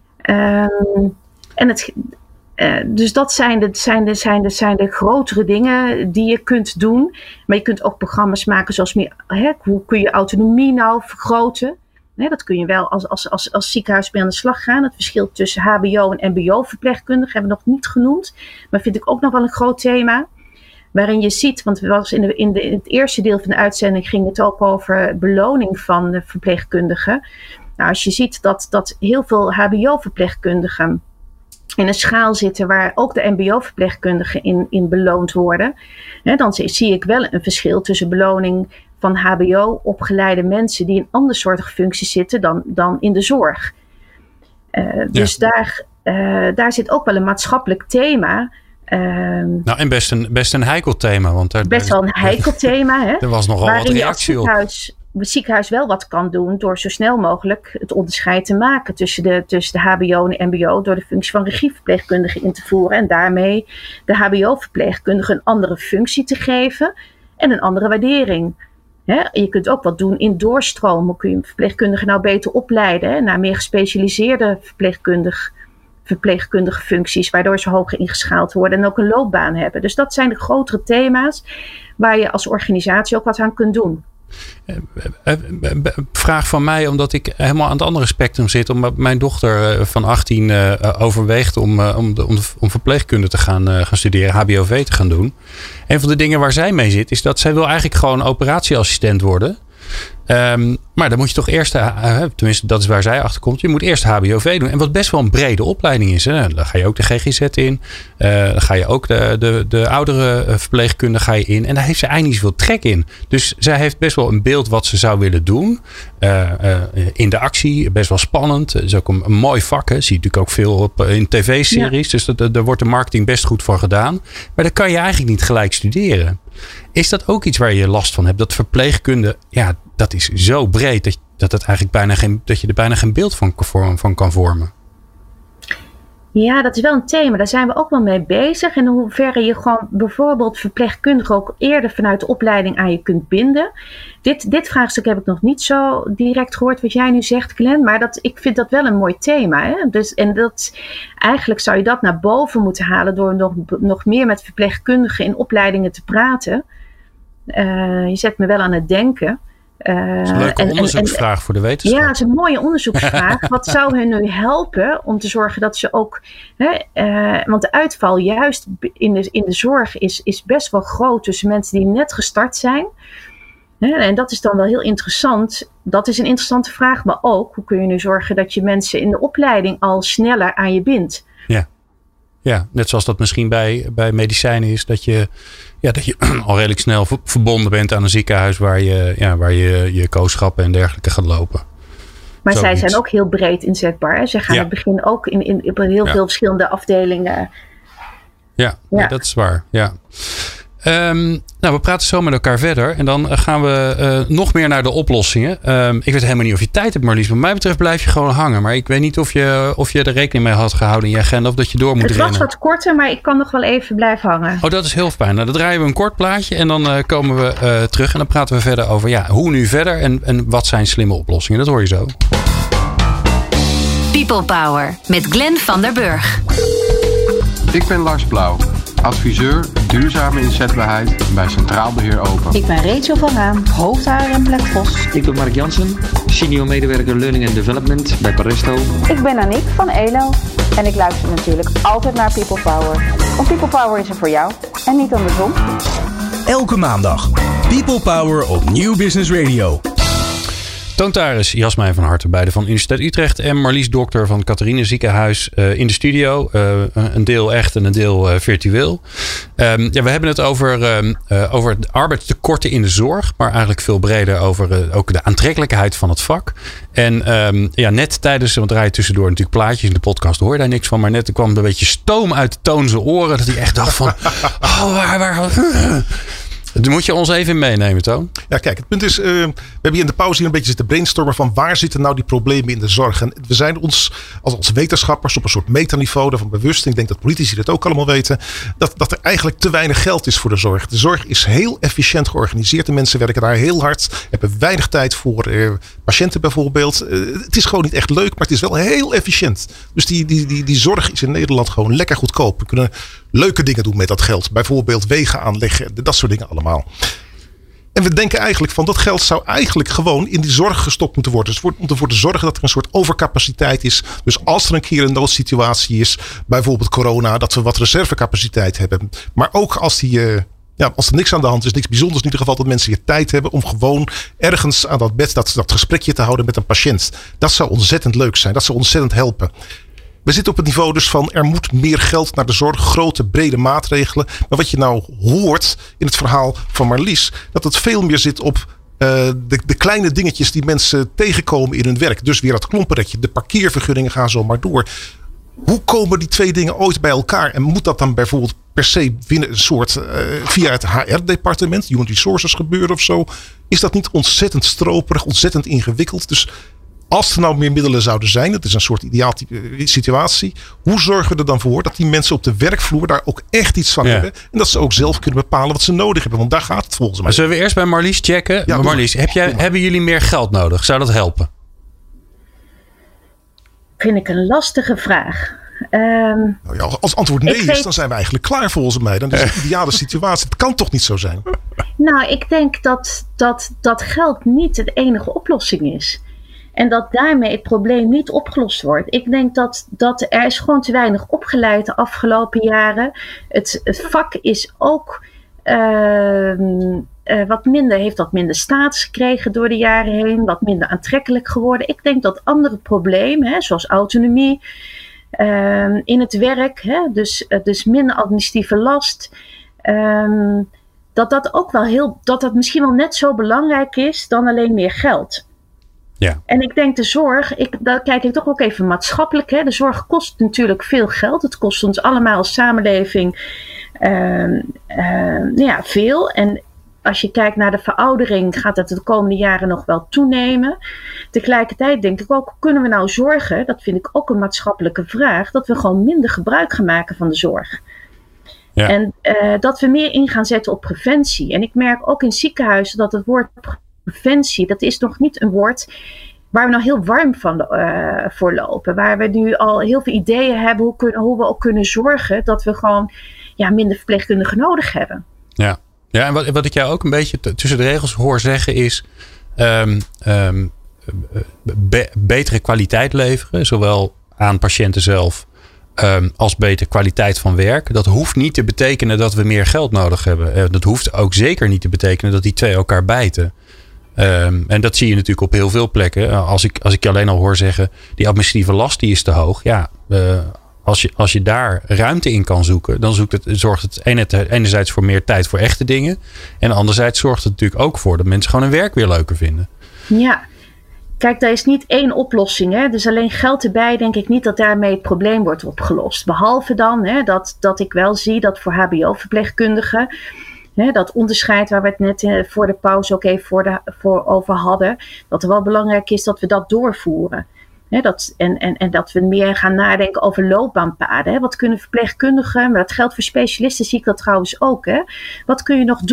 Um, en het, uh, dus dat zijn de, zijn, de, zijn, de, zijn de grotere dingen die je kunt doen. Maar je kunt ook programma's maken zoals meer, hè, hoe kun je autonomie nou vergroten. Nee, dat kun je wel als, als, als, als ziekenhuis mee aan de slag gaan. Het verschil tussen H B O en M B O-verpleegkundigen hebben we nog niet genoemd. Maar vind ik ook nog wel een groot thema. Waarin je ziet, want was in, de, in, de, in het eerste deel van de uitzending ging het ook over beloning van de verpleegkundigen. Nou, als je ziet dat, dat heel veel H B O-verpleegkundigen in een schaal zitten waar ook de M B O-verpleegkundigen in, in beloond worden. Hè, dan zie ik wel een verschil tussen beloning van H B O-opgeleide mensen die in andersoortige functies zitten dan, dan in de zorg. Uh, dus ja. daar, uh, daar zit ook wel een maatschappelijk thema. Uh, nou, en best een, best een heikel thema. Want daar, best wel een heikel thema. Hè, er was nogal wat reactie op. Ziekenhuis, het ziekenhuis wel wat kan doen door zo snel mogelijk het onderscheid te maken tussen de, tussen de H B O en de M B O door de functie van regieverpleegkundige in te voeren en daarmee de H B O-verpleegkundige een andere functie te geven en een andere waardering. He, je kunt ook wat doen in doorstroom. Hoe kun je een verpleegkundige nou beter opleiden he, naar meer gespecialiseerde verpleegkundig, verpleegkundige functies, waardoor ze hoger ingeschaald worden en ook een loopbaan hebben. Dus dat zijn de grotere thema's waar je als organisatie ook wat aan kunt doen. Vraag van mij, omdat ik helemaal aan het andere spectrum zit. Omdat mijn dochter van achttien uh, overweegt om, uh, om, de, om, de, om verpleegkunde te gaan, uh, gaan studeren, H B O V te gaan doen. Een van de dingen waar zij mee zit, is dat zij wil eigenlijk gewoon operatieassistent worden. Um, maar dan moet je toch eerst, uh, tenminste dat is waar zij achter komt, je moet eerst H B O V doen. En wat best wel een brede opleiding is. Hè? Dan ga je ook de G G Z in. Uh, dan ga je ook de, de, de oudere verpleegkunde ga je in. En daar heeft ze eigenlijk niet zoveel trek in. Dus zij heeft best wel een beeld wat ze zou willen doen. Uh, uh, in de actie, best wel spannend. Het is ook een, een mooi vak. Hè? Zie je natuurlijk ook veel op, in tv-series. Ja. Dus daar wordt de marketing best goed voor gedaan. Maar dat kan je eigenlijk niet gelijk studeren. Is dat ook iets waar je last van hebt? Dat verpleegkunde, ja, dat is zo breed dat, dat, het eigenlijk bijna geen, dat je er bijna geen beeld van, van kan vormen. Ja, dat is wel een thema. Daar zijn we ook wel mee bezig. En in hoeverre je gewoon bijvoorbeeld verpleegkundigen ook eerder vanuit de opleiding aan je kunt binden. Dit, dit vraagstuk heb ik nog niet zo direct gehoord wat jij nu zegt, Glenn. Maar dat, ik vind dat wel een mooi thema. Hè? Dus, en dat, eigenlijk zou je dat naar boven moeten halen door nog, nog meer met verpleegkundigen in opleidingen te praten. Uh, je zet me wel aan het denken. Uh, dat is een leuke en, onderzoeksvraag en, en, voor de wetenschap. Ja, dat is een mooie onderzoeksvraag. Wat zou hen nu helpen om te zorgen dat ze ook... Hè, uh, want de uitval juist in de, in de zorg is, is best wel groot tussen mensen die net gestart zijn. Hè, en dat is dan wel heel interessant. Dat is een interessante vraag. Maar ook, hoe kun je nu zorgen dat je mensen in de opleiding al sneller aan je bindt? Ja. Ja, net zoals dat misschien bij, bij medicijnen is. Dat je, ja, dat je al redelijk snel verbonden bent aan een ziekenhuis waar je ja, waar je, je kooschappen en dergelijke gaat lopen. Maar Zo zij iets. zijn ook heel breed inzetbaar. Hè? Zij gaan ja. in het begin ook in, in, in heel ja. veel verschillende afdelingen. Ja, ja. Nee, dat is waar. Ja. Um, nou, we praten zo met elkaar verder. En dan gaan we uh, nog meer naar de oplossingen. Um, ik weet helemaal niet of je tijd hebt, Marlies. Wat mij betreft blijf je gewoon hangen. Maar ik weet niet of je, of je er rekening mee had gehouden in je agenda. Of dat je door moet het rennen. Het was wat korter, maar ik kan nog wel even blijven hangen. Oh, dat is heel fijn. Nou, dan draaien we een kort plaatje. En dan uh, komen we uh, terug. En dan praten we verder over ja, hoe nu verder. En, en wat zijn slimme oplossingen. Dat hoor je zo. People Power met Glenn van der Burg. Ik ben Lars Blauw. adviseur duurzame inzetbaarheid bij Centraal Beheer Open. Ik ben Rachel van Raam, hoofd H R en Black Vos. Ik ben Mark Jansen, senior medewerker Learning and Development bij Paresto. Ik ben Aniek van E L O en ik luister natuurlijk altijd naar People Power. Want People Power is er voor jou en niet andersom. Elke maandag People Power op Nieuw Business Radio. Toontaris Jasmijn van Harten, beide van Universiteit Utrecht. En Marlies Dokter van Catharina Ziekenhuis uh, in de studio. Uh, een deel echt en een deel uh, virtueel. Um, ja, we hebben het over, um, uh, over arbeidstekorten in de zorg. Maar eigenlijk veel breder over uh, ook de aantrekkelijkheid van het vak. En um, ja, net tijdens, want er tussendoor natuurlijk plaatjes in de podcast, hoor je daar niks van. Maar net kwam er een beetje stoom uit Toon zijn oren. Dat hij echt dacht van, oh, waar, waar... Dat moet je ons even in meenemen, Toon. Ja, kijk, het punt is, uh, we hebben hier in de pauze hier een beetje zitten brainstormen van waar zitten nou die problemen in de zorg. En we zijn ons als, als wetenschappers op een soort metaniveau daarvan bewust. En ik denk dat politici dat ook allemaal weten. Dat, dat er eigenlijk te weinig geld is voor de zorg. De zorg is heel efficiënt georganiseerd. De mensen werken daar heel hard. Hebben weinig tijd voor uh, patiënten bijvoorbeeld. Uh, het is gewoon niet echt leuk, maar het is wel heel efficiënt. Dus die, die, die, die zorg is in Nederland gewoon lekker goedkoop. We kunnen leuke dingen doen met dat geld. Bijvoorbeeld wegen aanleggen. Dat soort dingen allemaal. En we denken eigenlijk van dat geld zou eigenlijk gewoon in die zorg gestopt moeten worden. Dus om ervoor te zorgen dat er een soort overcapaciteit is. Dus als er een keer een noodsituatie is, bijvoorbeeld corona, dat we wat reservecapaciteit hebben. Maar ook als, die, uh, ja, als er niks aan de hand is, niks bijzonders in ieder geval, dat mensen weer tijd hebben om gewoon ergens aan dat bed dat, dat gesprekje te houden met een patiënt. Dat zou ontzettend leuk zijn. Dat zou ontzettend helpen. We zitten op het niveau dus van er moet meer geld naar de zorg. Grote, brede maatregelen. Maar wat je nou hoort in het verhaal van Marlies. Dat het veel meer zit op uh, de, de kleine dingetjes die mensen tegenkomen in hun werk. Dus weer dat klompenretje. De parkeervergunningen gaan zo maar door. Hoe komen die twee dingen ooit bij elkaar? En moet dat dan bijvoorbeeld per se binnen een soort uh, via het H R-departement, Human Resources gebeuren of zo? Is dat niet ontzettend stroperig, ontzettend ingewikkeld? Dus als er nou meer middelen zouden zijn, dat is een soort ideaal situatie. Hoe zorgen we er dan voor dat die mensen op de werkvloer daar ook echt iets van ja. hebben? En dat ze ook zelf kunnen bepalen wat ze nodig hebben. Want daar gaat het volgens mij. Zullen we eerst bij Marlies checken? Ja, Marlies, heb jij, hebben jullie meer geld nodig? Zou dat helpen? Vind ik een lastige vraag. Um, nou ja, als antwoord nee is, weet... dan zijn we eigenlijk klaar volgens mij. Dan is het een ideale situatie. Het kan toch niet zo zijn? Nou, ik denk dat, dat, dat geld niet de enige oplossing is. En dat daarmee het probleem niet opgelost wordt. Ik denk dat, dat er is gewoon te weinig opgeleid de afgelopen jaren. Het, het vak is ook uh, uh, wat minder, heeft wat minder status gekregen door de jaren heen. Wat minder aantrekkelijk geworden. Ik denk dat andere problemen, hè, zoals autonomie uh, in het werk. Hè, dus, uh, dus minder administratieve last. Uh, dat dat ook wel heel, dat dat misschien wel net zo belangrijk is dan alleen meer geld. Ja. En ik denk de zorg, ik, daar kijk ik toch ook even maatschappelijk. Hè. De zorg kost natuurlijk veel geld. Het kost ons allemaal als samenleving uh, uh, nou ja, veel. En als je kijkt naar de veroudering, gaat dat de komende jaren nog wel toenemen. Tegelijkertijd denk ik ook, hoe kunnen we nou zorgen, dat vind ik ook een maatschappelijke vraag, dat we gewoon minder gebruik gaan maken van de zorg. Ja. En uh, dat we meer in gaan zetten op preventie. En ik merk ook in ziekenhuizen dat het woord preventie, dat is nog niet een woord waar we nou heel warm van uh, voor lopen. Waar we nu al heel veel ideeën hebben hoe, kunnen, hoe we ook kunnen zorgen dat we gewoon ja, minder verpleegkundigen nodig hebben. Ja, ja en wat, wat ik jou ook een beetje t- tussen de regels hoor zeggen is um, um, be- betere kwaliteit leveren. Zowel aan patiënten zelf um, als betere kwaliteit van werk. Dat hoeft niet te betekenen dat we meer geld nodig hebben. Uh, dat hoeft ook zeker niet te betekenen dat die twee elkaar bijten. Um, en dat zie je natuurlijk op heel veel plekken. Als ik, als ik je alleen al hoor zeggen, die administratieve last die is te hoog. Ja, uh, als, je, als je daar ruimte in kan zoeken, dan zoekt het, zorgt het enerzijds voor meer tijd voor echte dingen. En anderzijds zorgt het natuurlijk ook voor dat mensen gewoon hun werk weer leuker vinden. Ja, kijk, daar is niet één oplossing. Hè? Dus alleen geld erbij, denk ik niet dat daarmee het probleem wordt opgelost. Behalve dan hè, dat, dat ik wel zie dat voor H B O-verpleegkundigen, He, dat onderscheid waar we het net uh, voor de pauze ook even voor de, voor over hadden. Dat er wel belangrijk is dat we dat doorvoeren. He, dat, en, en, en dat we meer gaan nadenken over loopbaanpaden. He. Wat kunnen verpleegkundigen, maar dat geldt voor specialisten zie ik dat trouwens ook. He. Wat kun je nog doen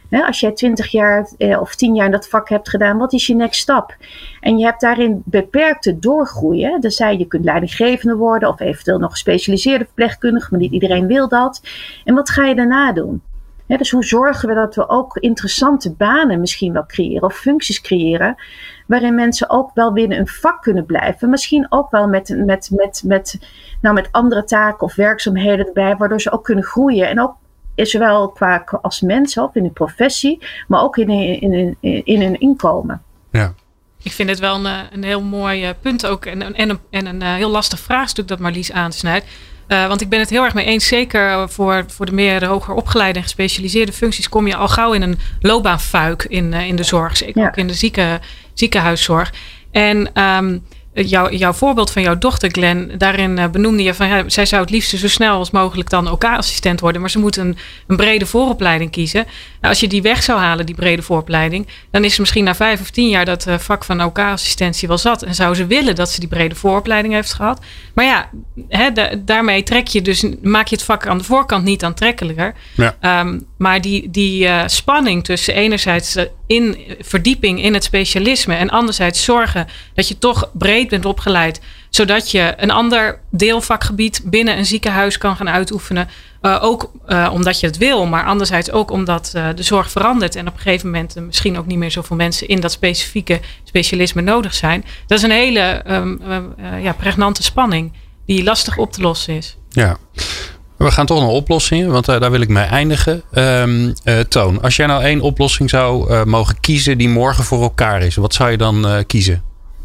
Hè, als jij twintig jaar eh, of tien jaar in dat vak hebt gedaan, wat is je next stap? En je hebt daarin beperkte doorgroeien. Dus zij, je kunt leidinggevende worden of eventueel nog gespecialiseerde verpleegkundige, maar niet iedereen wil dat. En wat ga je daarna doen? Hè, dus hoe zorgen we dat we ook interessante banen misschien wel creëren of functies creëren, waarin mensen ook wel binnen een vak kunnen blijven. Misschien ook wel met, met, met, met, nou, met andere taken of werkzaamheden erbij, waardoor ze ook kunnen groeien. En ook zowel qua als mensen, ook in hun professie, maar ook in, in, in, in hun inkomen. Ja. Ik vind het wel een, een heel mooi punt ook. En, en, een, en een heel lastig vraagstuk dat Marlies aansnijdt. Uh, want ik ben het heel erg mee eens. Zeker voor, voor de meer de hoger opgeleide en gespecialiseerde functies kom je al gauw in een loopbaanfuik in, uh, in de zorg. Zeker ja. ook in de zieke, ziekenhuiszorg. En um, Jouw, jouw voorbeeld van jouw dochter, Glenn, daarin uh, benoemde je van ja, zij zou het liefst zo snel als mogelijk dan O K-assistent worden, maar ze moet een, een brede vooropleiding kiezen. Nou, als je die weg zou halen, die brede vooropleiding, dan is ze misschien na vijf of tien jaar dat uh, vak van O K-assistentie wel zat en zou ze willen dat ze die brede vooropleiding heeft gehad. Maar ja, hè, de, daarmee trek je dus, maak je het vak aan de voorkant niet aantrekkelijker. Ja. Um, maar die, die uh, spanning tussen enerzijds uh, in verdieping in het specialisme en anderzijds zorgen dat je toch breed bent opgeleid, zodat je een ander deelvakgebied binnen een ziekenhuis kan gaan uitoefenen. Uh, ook uh, omdat je het wil, maar anderzijds ook omdat uh, de zorg verandert en op een gegeven moment uh, misschien ook niet meer zoveel mensen in dat specifieke specialisme nodig zijn. Dat is een hele um, uh, uh, ja, pregnante spanning die lastig op te lossen is. Ja. We gaan toch naar oplossingen, want uh, daar wil ik mee eindigen. Um, uh, Toon, als jij nou één oplossing zou uh, mogen kiezen die morgen voor elkaar is, wat zou je dan uh, kiezen?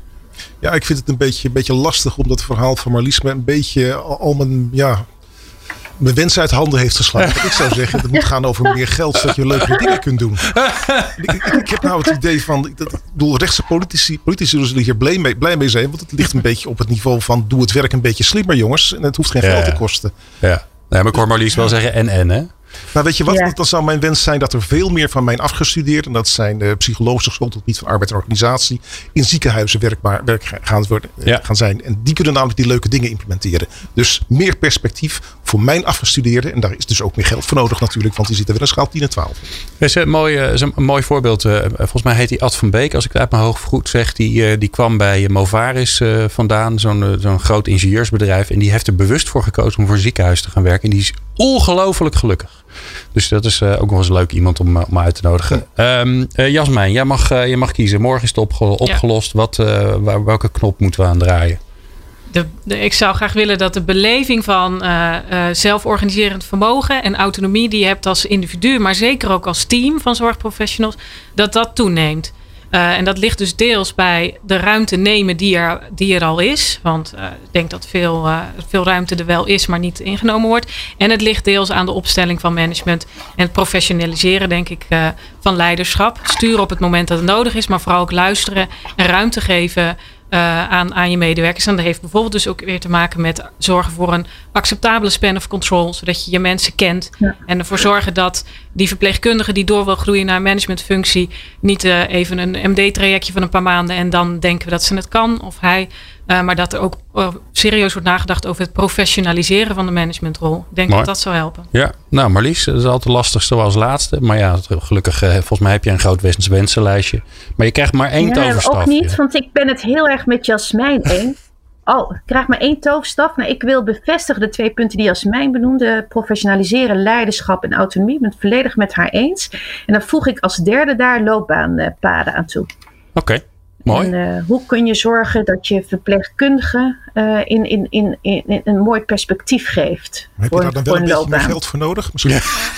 Ja, ik vind het een beetje, een beetje lastig om dat verhaal van Marlies me een beetje al, al mijn, ja, mijn wens uit handen heeft geslagen. Ik zou zeggen, het moet gaan over meer geld, zodat je leukere dingen kunt doen. Ik, ik, ik heb nou het idee van, dat, ik bedoel, rechtse politici, politici zullen hier blij mee, blij mee zijn, want het ligt een beetje op het niveau van doe het werk een beetje slimmer, jongens. En het hoeft geen ja, geld te kosten. Ja. Nee, maar ik hoor Marlies wel zeggen en en hè? Maar weet je wat, Ja. dan zou mijn wens zijn dat er veel meer van mijn afgestudeerden, en dat zijn uh, psychologische geschoold op het gebied van arbeid en organisatie, in ziekenhuizen werkbaar, werk gaan, worden, Ja. gaan zijn. En die kunnen namelijk die leuke dingen implementeren. Dus meer perspectief voor mijn afgestudeerden. En daar is dus ook meer geld voor nodig natuurlijk, want die zitten weer in schaal tien en twaalf. Dat is een mooi, is een mooi voorbeeld. Volgens mij heet hij Ad van Beek, als ik het uit mijn hoofd goed zeg. Die, die kwam bij Movaris vandaan, zo'n, zo'n groot ingenieursbedrijf. En die heeft er bewust voor gekozen om voor een ziekenhuis te gaan werken. En die is ongelooflijk gelukkig. Dus dat is uh, ook nog eens een leuk iemand om, om uit te nodigen. Um, uh, Jasmijn, jij mag, uh, jij mag kiezen. Morgen is het opge- opgelost. Ja. Wat, uh, waar, welke knop moeten we aan draaien? De, de, ik zou graag willen dat de beleving van uh, uh, zelforganiserend vermogen en autonomie die je hebt als individu, maar zeker ook als team van zorgprofessionals, dat dat toeneemt. Uh, en dat ligt dus deels bij de ruimte nemen die er, die er al is. Want uh, ik denk dat veel, uh, veel ruimte er wel is, maar niet ingenomen wordt. En het ligt deels aan de opstelling van management en het professionaliseren, denk ik, uh, van leiderschap. Sturen op het moment dat het nodig is, maar vooral ook luisteren en ruimte geven Uh, aan, aan je medewerkers. En dat heeft bijvoorbeeld dus ook weer te maken met zorgen voor een acceptabele span of control, zodat je je mensen kent. Ja. En ervoor zorgen dat die verpleegkundige die door wil groeien naar een managementfunctie niet uh, even een M D-trajectje van een paar maanden en dan denken we dat ze het kan of hij. Uh, maar dat er ook uh, serieus wordt nagedacht over het professionaliseren van de managementrol. Ik denk Mooi. dat dat zou helpen. Ja, nou Marlies, dat is altijd het lastigste als laatste. Maar ja, gelukkig, uh, volgens mij heb je een groot wensenlijstje. Maar je krijgt maar één ja, toverstaf. Ook niet, want ik ben het heel erg met Jasmijn eens. Oh, ik krijg maar één toverstaf. Nou, ik wil bevestigen de twee punten die Jasmijn benoemde. Professionaliseren, leiderschap en autonomie. Ik ben het volledig met haar eens. En dan voeg ik als derde daar loopbaanpaden aan toe. Oké. Okay. Mooi. En uh, hoe kun je zorgen dat je verpleegkundigen uh, in, in, in, in, in een mooi perspectief geeft? Heb voor, je daar dan wel een, een beetje loopbaan. meer geld voor nodig? Misschien?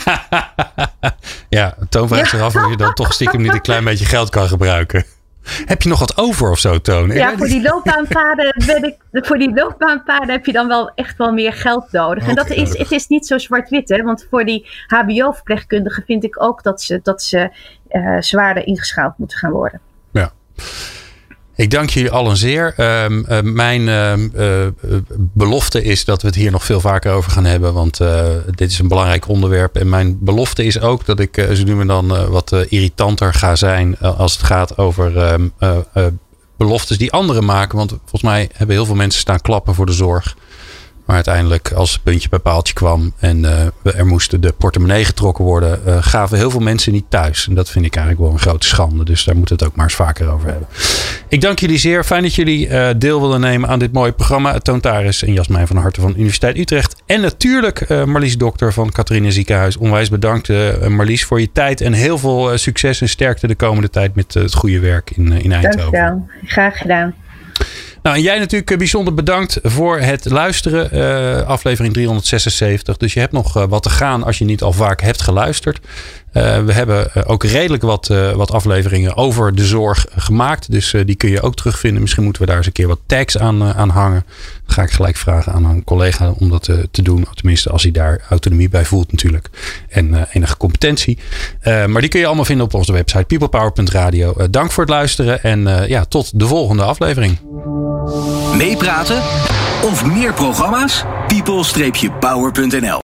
Ja, Toon vraagt zich af of je dan toch stiekem niet een klein beetje geld kan gebruiken. Heb je nog wat over of zo, Toon? Ja, voor die loopbaanpaden ben ik, voor die loopbaanpaden heb je dan wel echt wel meer geld nodig. Okay, en dat is, het is niet zo zwart-wit, hè? Want voor die H B O-verpleegkundigen vind ik ook dat ze, dat ze uh, zwaarder ingeschaald moeten gaan worden. Ja. Ik dank jullie allen zeer. Uh, uh, mijn uh, uh, belofte is dat we het hier nog veel vaker over gaan hebben. Want uh, dit is een belangrijk onderwerp. En mijn belofte is ook dat ik uh, zo nu en dan uh, wat uh, irritanter ga zijn uh, als het gaat over uh, uh, uh, beloftes die anderen maken. Want volgens mij hebben heel veel mensen staan klappen voor de zorg. Maar uiteindelijk, als het puntje bij paaltje kwam en uh, er moest de portemonnee getrokken worden, uh, gaven heel veel mensen niet thuis. En dat vind ik eigenlijk wel een grote schande. Dus daar moeten we het ook maar eens vaker over hebben. Ik dank jullie zeer. Fijn dat jullie uh, deel willen nemen aan dit mooie programma. Toon Taris en Jasmijn van Harten van Universiteit Utrecht. En natuurlijk uh, Marlies Dokter van Catharina Ziekenhuis. Onwijs bedankt uh, Marlies voor je tijd. En heel veel uh, succes en sterkte de komende tijd met uh, het goede werk in, uh, in Eindhoven. Dankjewel. Graag gedaan. Nou, en jij natuurlijk bijzonder bedankt voor het luisteren. Uh, aflevering driehonderdzesenzeventig. Dus je hebt nog uh, wat te gaan als je niet al vaak hebt geluisterd. Uh, we hebben uh, ook redelijk wat, uh, wat afleveringen over de zorg gemaakt. Dus uh, die kun je ook terugvinden. Misschien moeten we daar eens een keer wat tags aan, uh, aan hangen. Dan ga ik gelijk vragen aan een collega om dat uh, te doen. Tenminste, als hij daar autonomie bij voelt natuurlijk. En uh, enige competentie. Uh, maar die kun je allemaal vinden op onze website peoplepower punt radio. Uh, dank voor het luisteren. En uh, ja, tot de volgende aflevering. Meepraten of meer programma's? people dash power punt n l